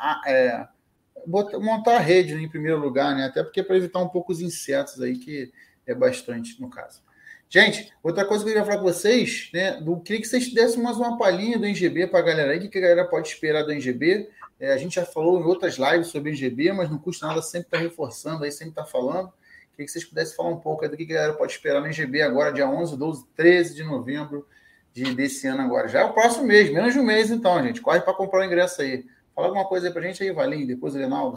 montar a rede, né, em primeiro lugar, né? Até porque para evitar um pouco os insetos aí, que é bastante no caso. Gente, outra coisa que eu queria falar com vocês, né? Queria que vocês dessem mais uma palhinha do NGB para a galera aí, o que a galera pode esperar do NGB. A gente já falou em outras lives sobre o NGB, mas não custa nada sempre estar reforçando aí, sempre estar falando. Queria que vocês pudessem falar um pouco do que a galera pode esperar no NGB agora, dia 11, 12, 13 de novembro desse ano agora. Já é o próximo mês, menos de um mês então, gente. Corre para comprar o ingresso aí. Fala alguma coisa aí para a gente aí, Valim, depois o Reinaldo.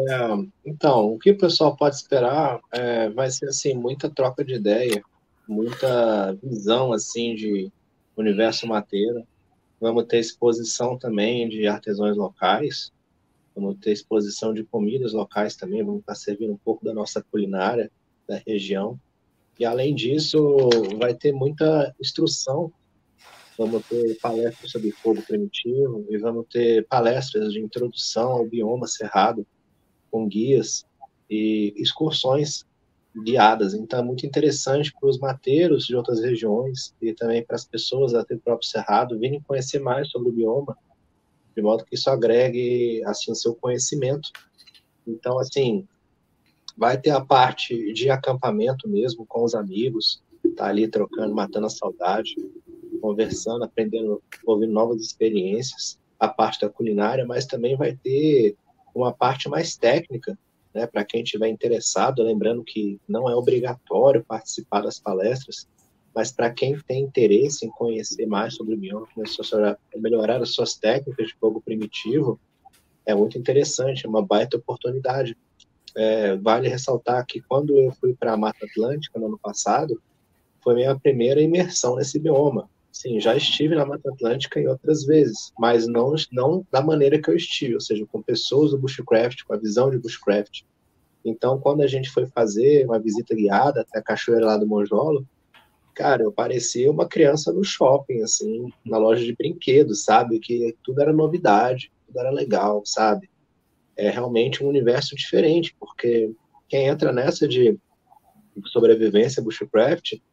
Então, o que o pessoal pode esperar vai ser assim, muita troca de ideia, muita visão assim de universo mateiro. Vamos ter exposição também de artesãos locais, vamos ter exposição de comidas locais também, vamos estar servindo um pouco da nossa culinária da região. E além disso, vai ter muita instrução. Vamos ter palestras sobre fogo primitivo e vamos ter palestras de introdução ao bioma cerrado, com guias e excursões guiadas. Então, é muito interessante para os mateiros de outras regiões e também para as pessoas até do próprio Cerrado virem conhecer mais sobre o bioma, de modo que isso agregue, assim, seu conhecimento. Então, assim, vai ter a parte de acampamento mesmo, com os amigos, tá ali trocando, matando a saudade, conversando, aprendendo, ouvindo novas experiências, a parte da culinária, mas também vai ter uma parte mais técnica, né, para quem estiver interessado, lembrando que não é obrigatório participar das palestras, mas para quem tem interesse em conhecer mais sobre o bioma, melhorar as suas técnicas de fogo primitivo, é muito interessante, é uma baita oportunidade. Vale ressaltar que quando eu fui para a Mata Atlântica no ano passado, foi minha primeira imersão nesse bioma. Sim, já estive na Mata Atlântica em outras vezes, mas não da maneira que eu estive, ou seja, com pessoas do bushcraft, com a visão de bushcraft. Então, quando a gente foi fazer uma visita guiada até a cachoeira lá do Monjolo, cara, eu parecia uma criança no shopping, assim, na loja de brinquedos, sabe? Que tudo era novidade, tudo era legal, sabe? É realmente um universo diferente, porque quem entra nessa de sobrevivência bushcraft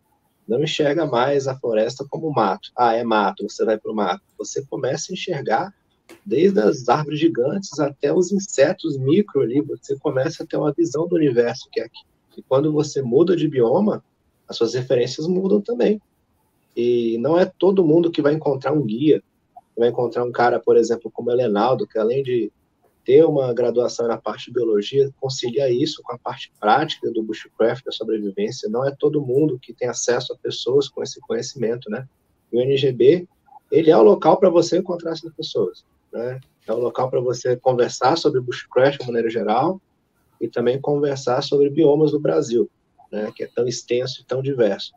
não enxerga mais a floresta como mato. Ah, é mato, você vai para o mato. Você começa a enxergar desde as árvores gigantes até os insetos micro ali, você começa a ter uma visão do universo que é aqui. E quando você muda de bioma, as suas referências mudam também. E não é todo mundo que vai encontrar um guia, vai encontrar um cara, por exemplo, como o Helenaldo, que além de ter uma graduação na parte de biologia, concilia isso com a parte prática do bushcraft, da sobrevivência. Não é todo mundo que tem acesso a pessoas com esse conhecimento, né? E o NGB, ele é o local para você encontrar essas pessoas, né? É o local para você conversar sobre bushcraft de maneira geral e também conversar sobre biomas do Brasil, né? Que é tão extenso e tão diverso.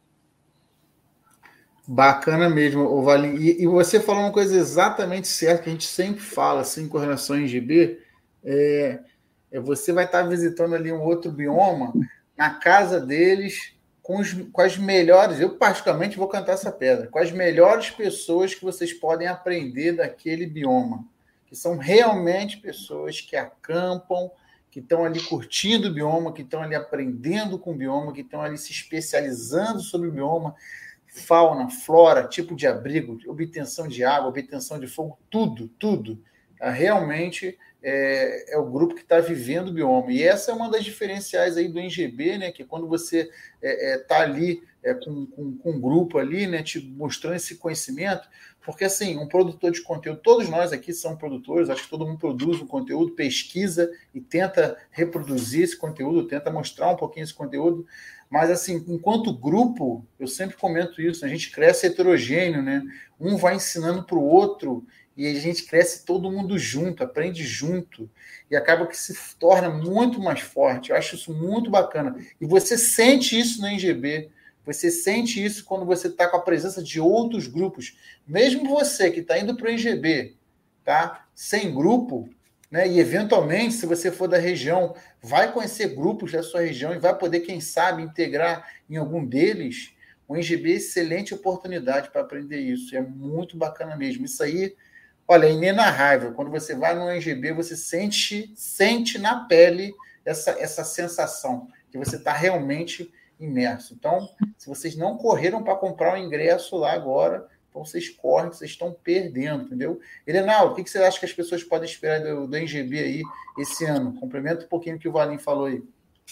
Bacana mesmo, Valim. E você falou uma coisa exatamente certa que a gente sempre fala assim com relação ao NGB, você vai estar visitando ali um outro bioma na casa deles com as melhores, eu particularmente vou cantar essa pedra, com as melhores pessoas que vocês podem aprender daquele bioma, que são realmente pessoas que acampam, que estão ali curtindo o bioma, que estão ali aprendendo com o bioma, que estão ali se especializando sobre o bioma, fauna, flora, tipo de abrigo, obtenção de água, obtenção de fogo, tudo. Realmente é o grupo que está vivendo o bioma. E essa é uma das diferenciais aí do NGB, né? Que quando você está ali com um grupo ali, né, te mostrando esse conhecimento, porque assim, um produtor de conteúdo, todos nós aqui somos produtores, acho que todo mundo produz um conteúdo, pesquisa e tenta reproduzir esse conteúdo, tenta mostrar um pouquinho esse conteúdo. Mas, assim, enquanto grupo, eu sempre comento isso, a gente cresce heterogêneo, né? Um vai ensinando para o outro e a gente cresce todo mundo junto, aprende junto e acaba que se torna muito mais forte. Eu acho isso muito bacana. E você sente isso no NGB, você sente isso quando você está com a presença de outros grupos. Mesmo você que está indo para o NGB, tá? Sem grupo, né? E eventualmente, se você for da região, vai conhecer grupos da sua região e vai poder, quem sabe, integrar em algum deles. O NGB é excelente oportunidade para aprender isso. É muito bacana mesmo. Isso aí, olha, é inenarrável. Quando você vai no NGB, você sente na pele essa sensação que você está realmente imerso. Então, se vocês não correram para comprar o ingresso lá agora, então vocês correm, vocês estão perdendo, entendeu? Helenaldo, o que você acha que as pessoas podem esperar do NGB aí esse ano? Complementa um pouquinho o que o Valim falou aí.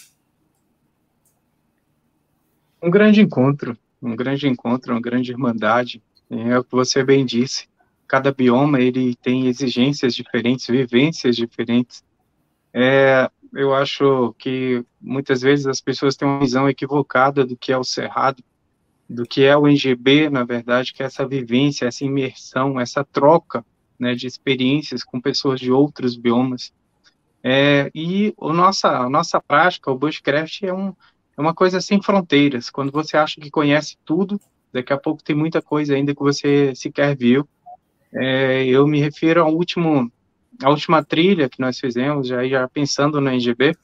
Um grande encontro, uma grande irmandade. É o que você bem disse. Cada bioma ele tem exigências diferentes, vivências diferentes. Eu acho que muitas vezes as pessoas têm uma visão equivocada do que é o Cerrado, do que é o NGB, na verdade, que é essa vivência, essa imersão, essa troca, né, de experiências com pessoas de outros biomas. E a nossa prática, o bushcraft, é uma coisa sem fronteiras. Quando você acha que conhece tudo, daqui a pouco tem muita coisa ainda que você sequer viu. Eu me refiro à última trilha que nós fizemos, já pensando no NGB,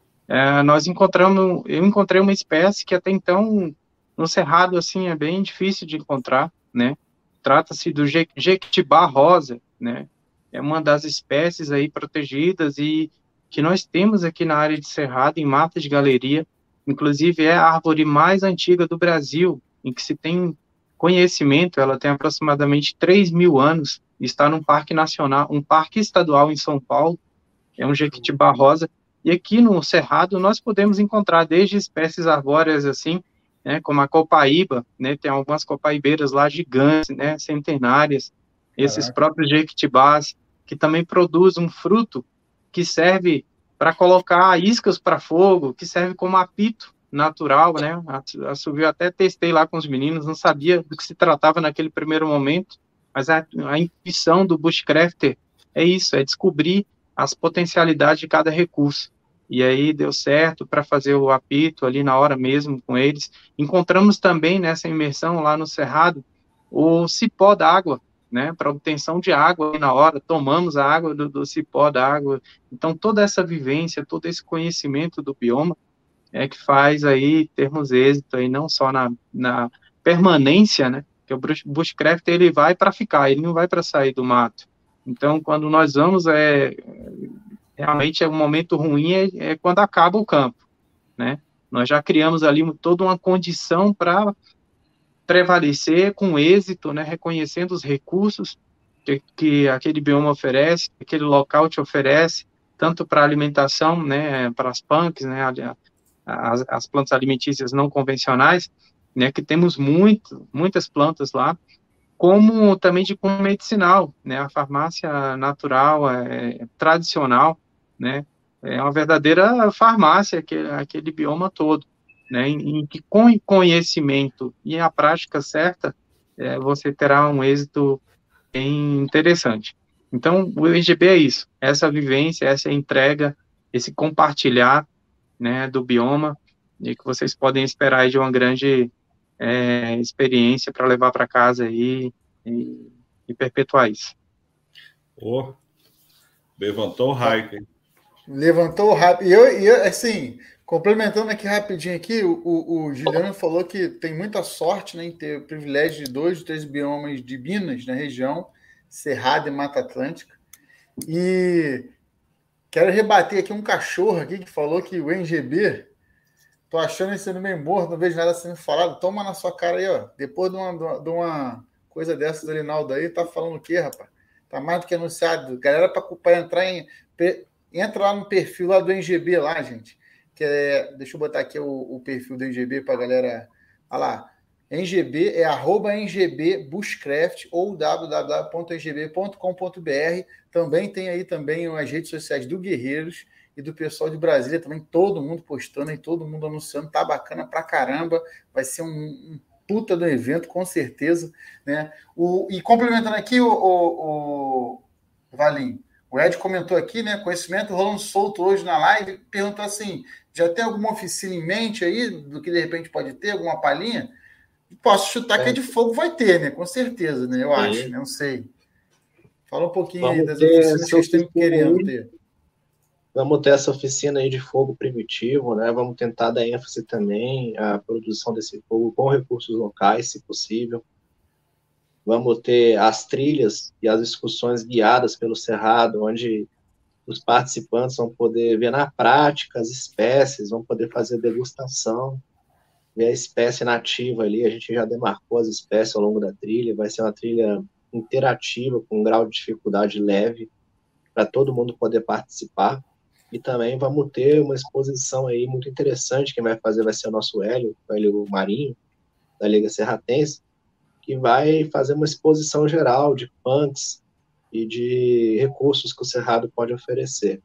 eu encontrei uma espécie que até então, no Cerrado, assim, é bem difícil de encontrar, né? Trata-se do jequitibá rosa, né? É uma das espécies aí protegidas e que nós temos aqui na área de Cerrado, em Mata de Galeria. Inclusive, é a árvore mais antiga do Brasil, em que se tem conhecimento. Ela tem aproximadamente 3.000 anos, está num parque nacional, um parque estadual em São Paulo, é um jequitibá rosa, e aqui no Cerrado nós podemos encontrar desde espécies arbóreas assim, né, como a copaíba, né, tem algumas copaibeiras lá gigantes, né, centenárias, esses próprios jequitibás, que também produzem um fruto que serve para colocar iscas para fogo, que serve como apito natural, né, eu até testei lá com os meninos, não sabia do que se tratava naquele primeiro momento, mas a intuição do bushcrafter é isso, é descobrir as potencialidades de cada recurso. E aí deu certo para fazer o apito ali na hora mesmo com eles. Encontramos também nessa imersão lá no Cerrado o cipó d'água, né, para obtenção de água ali na hora. Tomamos a água do cipó d'água. Então toda essa vivência, todo esse conhecimento do bioma é que faz aí termos êxito aí não só na permanência, né, que o bushcraft ele vai para ficar, ele não vai para sair do mato. Então quando nós vamos realmente o momento ruim é quando acaba o campo, né? nós já criamos ali toda uma condição para prevalecer com êxito, né, reconhecendo os recursos que aquele bioma oferece, que aquele local te oferece, tanto para alimentação, né, para as punks, né, as plantas alimentícias não convencionais, né, que temos muitas plantas lá, como também de cunho medicinal, né, a farmácia natural, tradicional, né, é uma verdadeira farmácia, aquele bioma todo, né, em que com conhecimento e a prática certa, você terá um êxito bem interessante. Então, o IGB é isso, essa vivência, essa entrega, esse compartilhar, né, do bioma, e que vocês podem esperar aí de uma grande experiência para levar para casa aí e perpetuar isso. Oh, levantou o hype, hein? Levantou o hype. E eu, assim, complementando aqui rapidinho aqui, o Juliano falou que tem muita sorte, né, em ter o privilégio de 2 ou 3 biomas de Minas na região, Cerrado e Mata Atlântica. E quero rebater aqui um cachorro aqui que falou que o NGB, tô achando esse sendo meio morto, não vejo nada sendo falado. Toma na sua cara aí, ó. Depois de uma coisa dessa do Rinaldo aí, tá falando o quê, rapaz? Tá mais do que anunciado. Galera, para entrar entra lá no perfil lá do NGB lá, gente. Deixa eu botar aqui o perfil do NGB para a galera. Olha lá. NGB é @NGBBushcraft ou www.ngb.com.br. Também tem aí também as redes sociais do Guerreiros e do pessoal de Brasília, também todo mundo postando e todo mundo anunciando. Tá bacana pra caramba. Vai ser um puta do evento, com certeza, né? E complementando aqui o Valim, o Ed comentou aqui, né? Conhecimento rolando solto hoje na live. Perguntou assim: já tem alguma oficina em mente aí do que de repente pode ter? Alguma palhinha? Posso chutar que a de fogo vai ter, né? Com certeza, né? Eu acho, né? Não sei. Fala um pouquinho aí das oficinas que eles estão querendo ter. Vamos ter essa oficina aí de fogo primitivo, né? Vamos tentar dar ênfase também à produção desse fogo com recursos locais, se possível. Vamos ter as trilhas e as excursões guiadas pelo Cerrado, onde os participantes vão poder ver na prática as espécies, vão poder fazer degustação, ver a espécie nativa ali. A gente já demarcou as espécies ao longo da trilha. Vai ser uma trilha interativa, com um grau de dificuldade leve, para todo mundo poder participar. E também vamos ter uma exposição aí muito interessante. Quem vai fazer vai ser o nosso Hélio Marinho, da Liga Serratense, que vai fazer uma exposição geral de punks e de recursos que o Cerrado pode oferecer.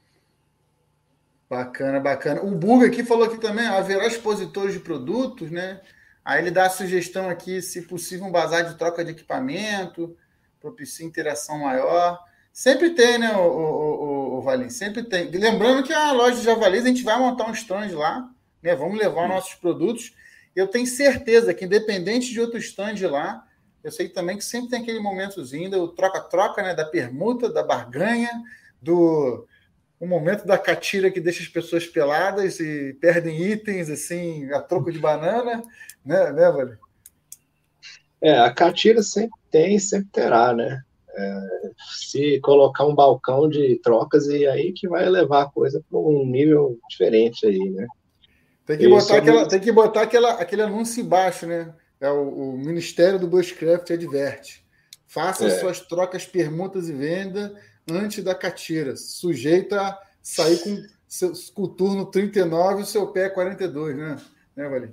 Bacana, bacana. O Bug aqui falou que também haverá expositores de produtos, né? Aí ele dá a sugestão aqui, se possível, um bazar de troca de equipamento, propicia interação maior. Sempre tem, né, o Valim? Sempre tem. Lembrando que a loja de Javalis, a gente vai montar um stand lá, né? Vamos levar nossos produtos. Eu tenho certeza que, independente de outro stand lá, eu sei também que sempre tem aquele momentozinho do troca-troca, né? Da permuta, da barganha, o momento da catira que deixa as pessoas peladas e perdem itens, assim, a troco de banana, né, Valim? A catira sempre tem, sempre terá, né? Se colocar um balcão de trocas, e aí que vai levar a coisa para um nível diferente aí, né? Tem que botar aquele anúncio embaixo, né? O Ministério do Bushcraft adverte. Faça suas trocas, permutas e venda antes da catira. Sujeito a sair com o turno 39 e o seu pé 42, né? Né, Valim?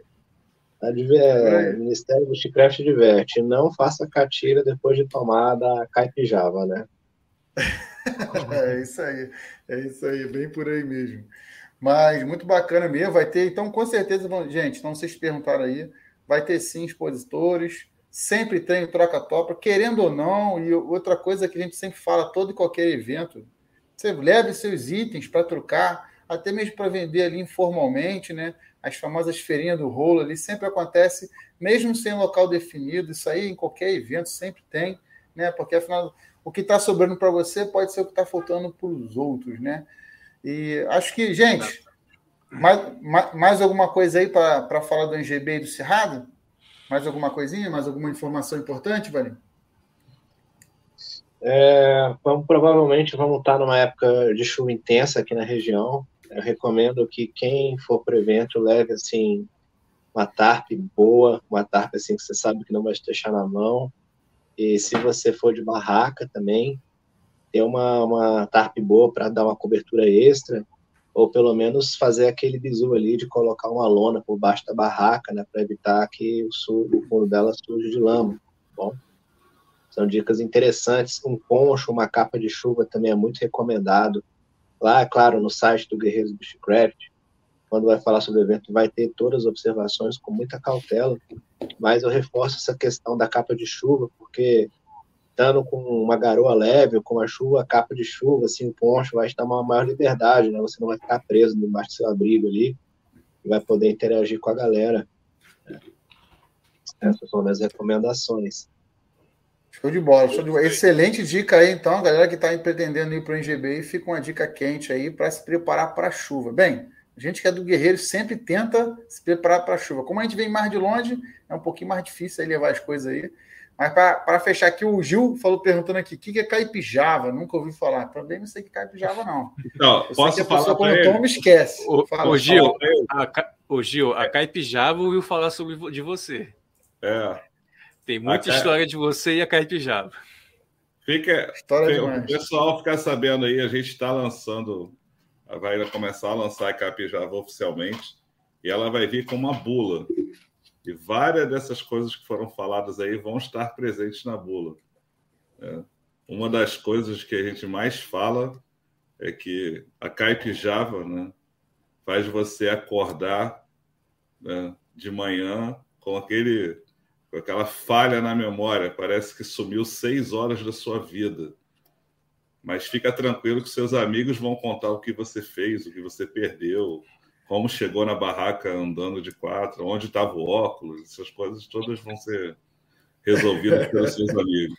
O Ministério do Bushcraft adverte: não faça catira depois de tomar da caipijava, né? É isso aí, bem por aí mesmo. Mas muito bacana mesmo, vai ter, então com certeza, gente, não vocês perguntaram aí, vai ter sim expositores, sempre tem troca-topa, querendo ou não, e outra coisa que a gente sempre fala, todo e qualquer evento, você leve seus itens para trocar, até mesmo para vender ali informalmente, né? As famosas feirinhas do rolo ali, sempre acontece, mesmo sem local definido, isso aí em qualquer evento sempre tem, né? Porque afinal, o que está sobrando para você pode ser o que está faltando para os outros, né? E acho que, gente, mais alguma coisa aí para falar do NGB e do Cerrado? Mais alguma coisinha? Mais alguma informação importante, Valim? Provavelmente vamos estar numa época de chuva intensa aqui na região. Eu recomendo que quem for para o evento leve assim uma tarp boa, uma tarp assim que você sabe que não vai te deixar na mão. E se você for de barraca também, ter uma tarp boa para dar uma cobertura extra, ou pelo menos fazer aquele bizu ali de colocar uma lona por baixo da barraca, né, para evitar que o fundo dela suje de lama. Bom, são dicas interessantes. Um poncho, uma capa de chuva também é muito recomendado. Lá, claro, no site do Guerreiros Bushcraft, quando vai falar sobre o evento, vai ter todas as observações com muita cautela, mas eu reforço essa questão da capa de chuva, porque estando com uma garoa leve, com a chuva, a capa de chuva, assim, o poncho vai te dar uma maior liberdade, né? Você não vai ficar preso debaixo do seu abrigo ali e vai poder interagir com a galera. Essas são as recomendações. Show de bola, show de bola. Excelente dica aí, então, galera que está pretendendo ir para o NGB, fica uma dica quente aí para se preparar para a chuva. Bem, a gente que é do Guerreiro sempre tenta se preparar para a chuva. Como a gente vem mais de longe, é um pouquinho mais difícil aí levar as coisas aí. Mas para fechar aqui, o Gil perguntando aqui, o que é caipijava? Nunca ouvi falar. Também não sei o que é caipijava, não. Então, posso falar para ele? Toma, esquece. Ô, Gil, a caipijava ouviu falar de você. Tem muita história de você e a caipijava. O pessoal ficar sabendo aí, a gente está lançando, vai começar a lançar a caipijava oficialmente, e ela vai vir com uma bula. E várias dessas coisas que foram faladas aí vão estar presentes na bula. Uma das coisas que a gente mais fala é que a caipijava, né, faz você acordar, né, de manhã com aquela falha na memória. Parece que sumiu 6 horas da sua vida. Mas fica tranquilo que seus amigos vão contar o que você fez, o que você perdeu, como chegou na barraca andando de 4, onde estava o óculos. Essas coisas todas vão ser resolvidas pelos seus amigos.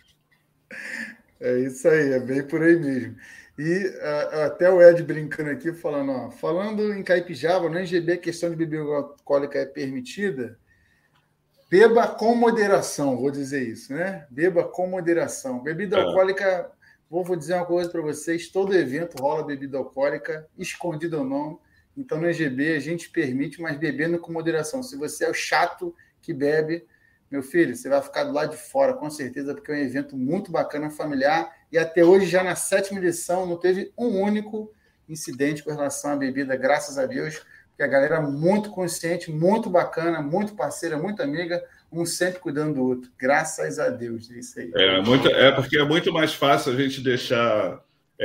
É isso aí, é bem por aí mesmo. E até o Ed brincando aqui, falando em caipijava, no NGB a questão de bebida alcoólica é permitida. Beba com moderação, vou dizer isso, né? Beba com moderação. Bebida alcoólica, vou dizer uma coisa para vocês, todo evento rola bebida alcoólica, escondida ou não. Então, no EGB, a gente permite, mas bebendo com moderação. Se você é o chato que bebe, meu filho, você vai ficar do lado de fora, com certeza, porque é um evento muito bacana, familiar, e até hoje, já na 7ª edição, não teve um único incidente com relação à bebida, graças a Deus, porque a galera é muito consciente, muito bacana, muito parceira, muito amiga, um sempre cuidando do outro. Graças a Deus, é isso aí. Porque é muito mais fácil a gente deixar...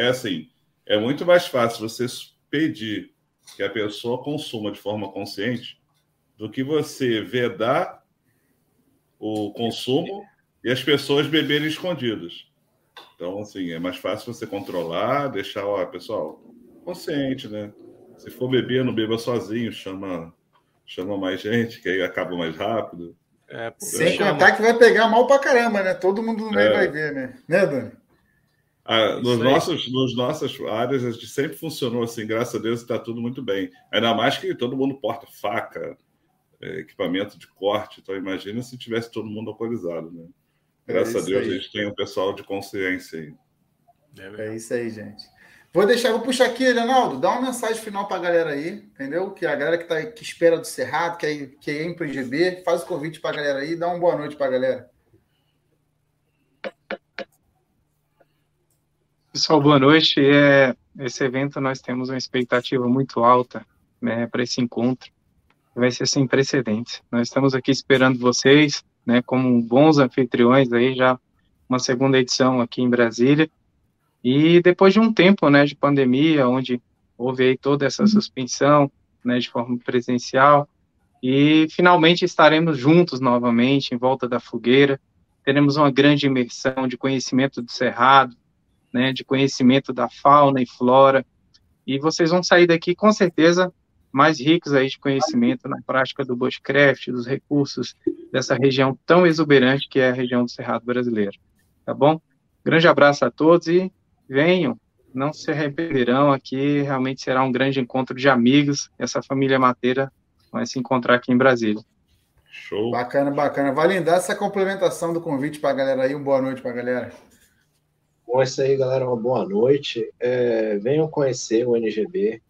É muito mais fácil você pedir que a pessoa consuma de forma consciente do que você vedar o consumo e as pessoas beberem escondidas. Então, assim, é mais fácil você controlar, deixar, pessoal, consciente, né? Se for beber, não beba sozinho, chama mais gente, que aí acaba mais rápido. Sem contar que vai pegar mal pra caramba, né? Todo mundo no meio vai ver, né? Né, Dani? Nos nossas áreas, a gente sempre funcionou assim, graças a Deus, está tudo muito bem. Ainda mais que todo mundo porta faca, equipamento de corte. Então, imagina se tivesse todo mundo alcoolizado, né? Graças a Deus, a gente tem um pessoal de consciência aí. É isso aí, gente. Vou puxar aqui, Leonardo, dá uma mensagem final para a galera aí, entendeu? Que a galera que espera do Cerrado, que é ir para o IGB, faz o convite para a galera aí, dá uma boa noite para a galera. Pessoal, boa noite. Esse evento nós temos uma expectativa muito alta, né, para esse encontro. Vai ser sem precedentes. Nós estamos aqui esperando vocês, né, como bons anfitriões aí, já uma 2ª edição aqui em Brasília. E depois de um tempo, né, de pandemia, onde houve aí toda essa suspensão, né, de forma presencial, e finalmente estaremos juntos novamente, em volta da fogueira. Teremos uma grande imersão de conhecimento do Cerrado, né, de conhecimento da fauna e flora, e vocês vão sair daqui com certeza mais ricos aí de conhecimento na prática do bushcraft, dos recursos dessa região tão exuberante que é a região do Cerrado brasileiro, tá bom? Grande abraço a todos e venham, não se arrependerão, aqui realmente será um grande encontro de amigos, essa família mateira vai se encontrar aqui em Brasília. Show. Bacana. Vai lindar essa complementação do convite para a galera aí, uma boa noite para a galera. Bom, é isso aí, galera, uma boa noite. Venham conhecer o NGB,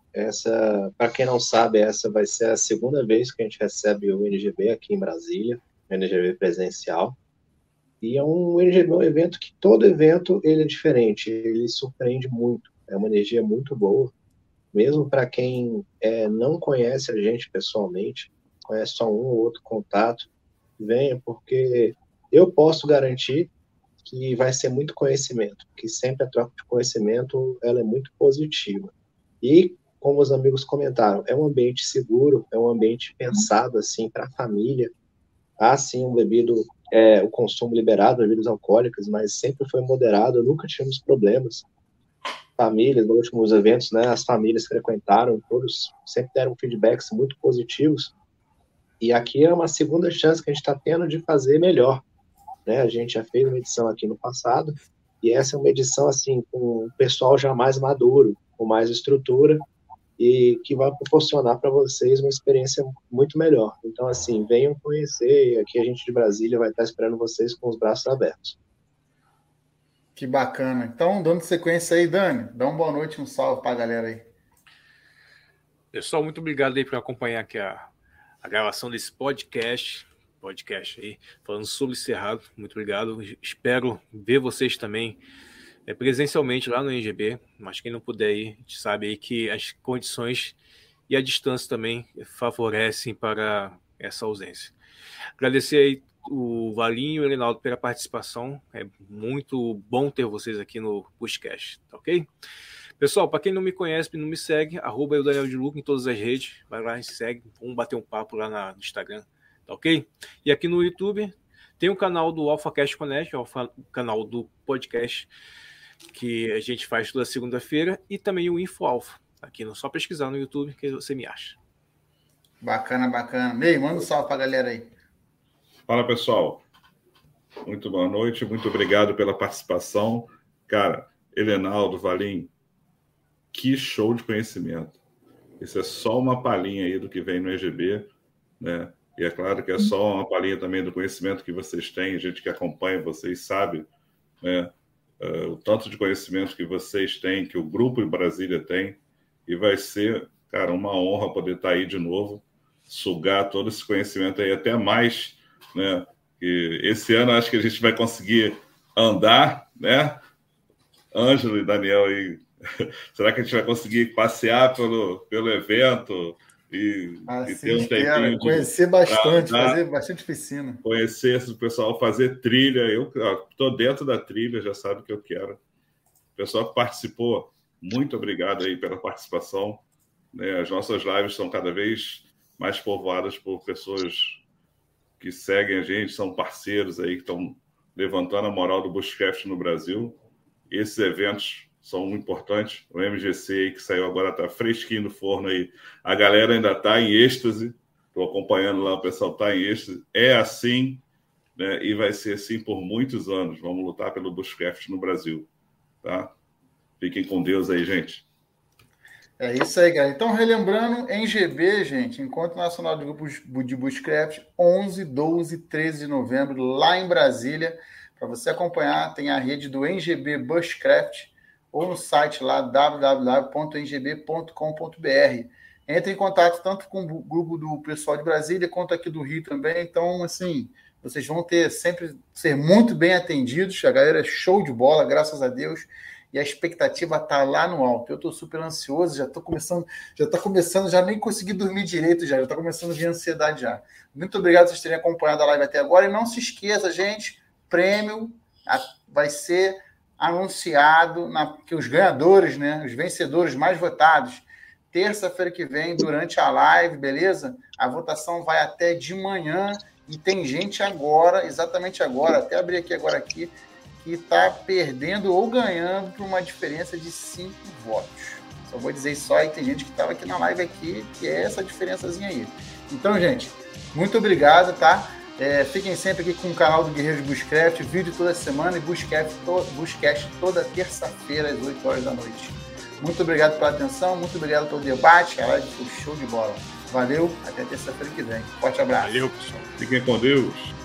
Para quem não sabe, essa vai ser a segunda vez que a gente recebe o NGB aqui em Brasília, o NGB presencial. E é um NGB, um evento que todo evento ele é diferente, ele surpreende muito, é uma energia muito boa, mesmo para quem não conhece a gente pessoalmente, conhece só um ou outro contato, venha, porque eu posso garantir que vai ser muito conhecimento, que sempre a troca de conhecimento ela é muito positiva. E, como os amigos comentaram, é um ambiente seguro, é um ambiente pensado assim para a família. Há sim o consumo liberado de bebidas alcoólicas, mas sempre foi moderado, nunca tivemos problemas. Famílias, nos últimos eventos, né, as famílias frequentaram, todos sempre deram feedbacks muito positivos. E aqui é uma segunda chance que a gente está tendo de fazer melhor. Né? A gente já fez uma edição aqui no passado, e essa é uma edição assim, com o pessoal já mais maduro, com mais estrutura, e que vai proporcionar para vocês uma experiência muito melhor. Então, assim, venham conhecer, aqui a gente de Brasília vai estar esperando vocês com os braços abertos. Que bacana. Então, dando sequência aí, Dani, dá uma boa noite, um salve para a galera aí. Pessoal, muito obrigado aí por acompanhar aqui a gravação desse podcast aí, falando sobre Cerrado. Muito obrigado. Espero ver vocês também presencialmente lá no NGB, mas quem não puder ir, a gente sabe aí que as condições e a distância também favorecem para essa ausência. Agradecer aí o Valinho e o Elinaldo pela participação, é muito bom ter vocês aqui no Bushcast, tá ok? Pessoal, para quem não me conhece, não me segue, @Daniel de Luca em todas as redes, vai lá e segue, vamos bater um papo lá no Instagram, tá ok? E aqui no YouTube tem o canal do AlphaCast Connect, o canal do podcast que a gente faz toda segunda-feira, e também o InfoAlpha. Aqui só pesquisar no YouTube que você me acha. Bacana, bacana. Ney, manda um salve pra galera aí. Fala, pessoal. Muito boa noite, muito obrigado pela participação. Cara, Elinaldo, Valim, que show de conhecimento. Isso é só uma palhinha aí do que vem no EGB, né? E é claro que é só uma palhinha também do conhecimento que vocês têm, gente que acompanha vocês sabe, né? O tanto de conhecimento que vocês têm, que o Grupo em Brasília tem, e vai ser, cara, uma honra poder estar aí de novo, sugar todo esse conhecimento aí, até mais, né? E esse ano acho que a gente vai conseguir andar, né? Ângelo e Daniel aí, será que a gente vai conseguir passear pelo evento e ter um tempinho de conhecer bastante, fazer bastante oficina. Conhecer esse pessoal, fazer trilha. Eu estou dentro da trilha, já sabe o que eu quero. O pessoal que participou, muito obrigado aí pela participação. Né? As nossas lives são cada vez mais povoadas por pessoas que seguem a gente, são parceiros aí que estão levantando a moral do Bushcraft no Brasil. Esses eventos são importantes. O MGC aí que saiu agora está fresquinho no forno aí. A galera ainda está em êxtase. Estou acompanhando lá, o pessoal está em êxtase. É assim, né? E vai ser assim por muitos anos. Vamos lutar pelo Bushcraft no Brasil. Tá? Fiquem com Deus aí, gente. É isso aí, galera. Então, relembrando, NGB, gente, Encontro Nacional de Grupos de Bushcraft, 11, 12 e 13 de novembro, lá em Brasília. Para você acompanhar, tem a rede do NGB Bushcraft, ou no site lá, www.ngb.com.br. Entre em contato tanto com o grupo do pessoal de Brasília, quanto aqui do Rio também. Então, assim, vocês vão sempre ser muito bem atendidos. A galera é show de bola, graças a Deus. E a expectativa está lá no alto. Eu estou super ansioso, já está começando, já nem consegui dormir direito, já está começando a vir ansiedade já. Muito obrigado por vocês terem acompanhado a live até agora. E não se esqueça, gente, prêmio vai ser anunciado que os ganhadores, né, os vencedores mais votados, terça-feira que vem, durante a live, beleza? A votação vai até de manhã e tem gente agora, exatamente agora, até abrir aqui, que está perdendo ou ganhando por uma diferença de 5 votos. Só vou dizer isso aí, tem gente que estava aqui na live aqui, que é essa diferençazinha aí. Então, gente, muito obrigado, tá? Fiquem sempre aqui com o canal do Guerreiros Bushcraft, vídeo toda semana e Bushcast toda terça-feira às 8 horas da noite. Muito obrigado pela atenção, muito obrigado pelo debate, a live foi show de bola. Valeu, até terça-feira que vem. Forte abraço. Valeu, pessoal. Fiquem com Deus.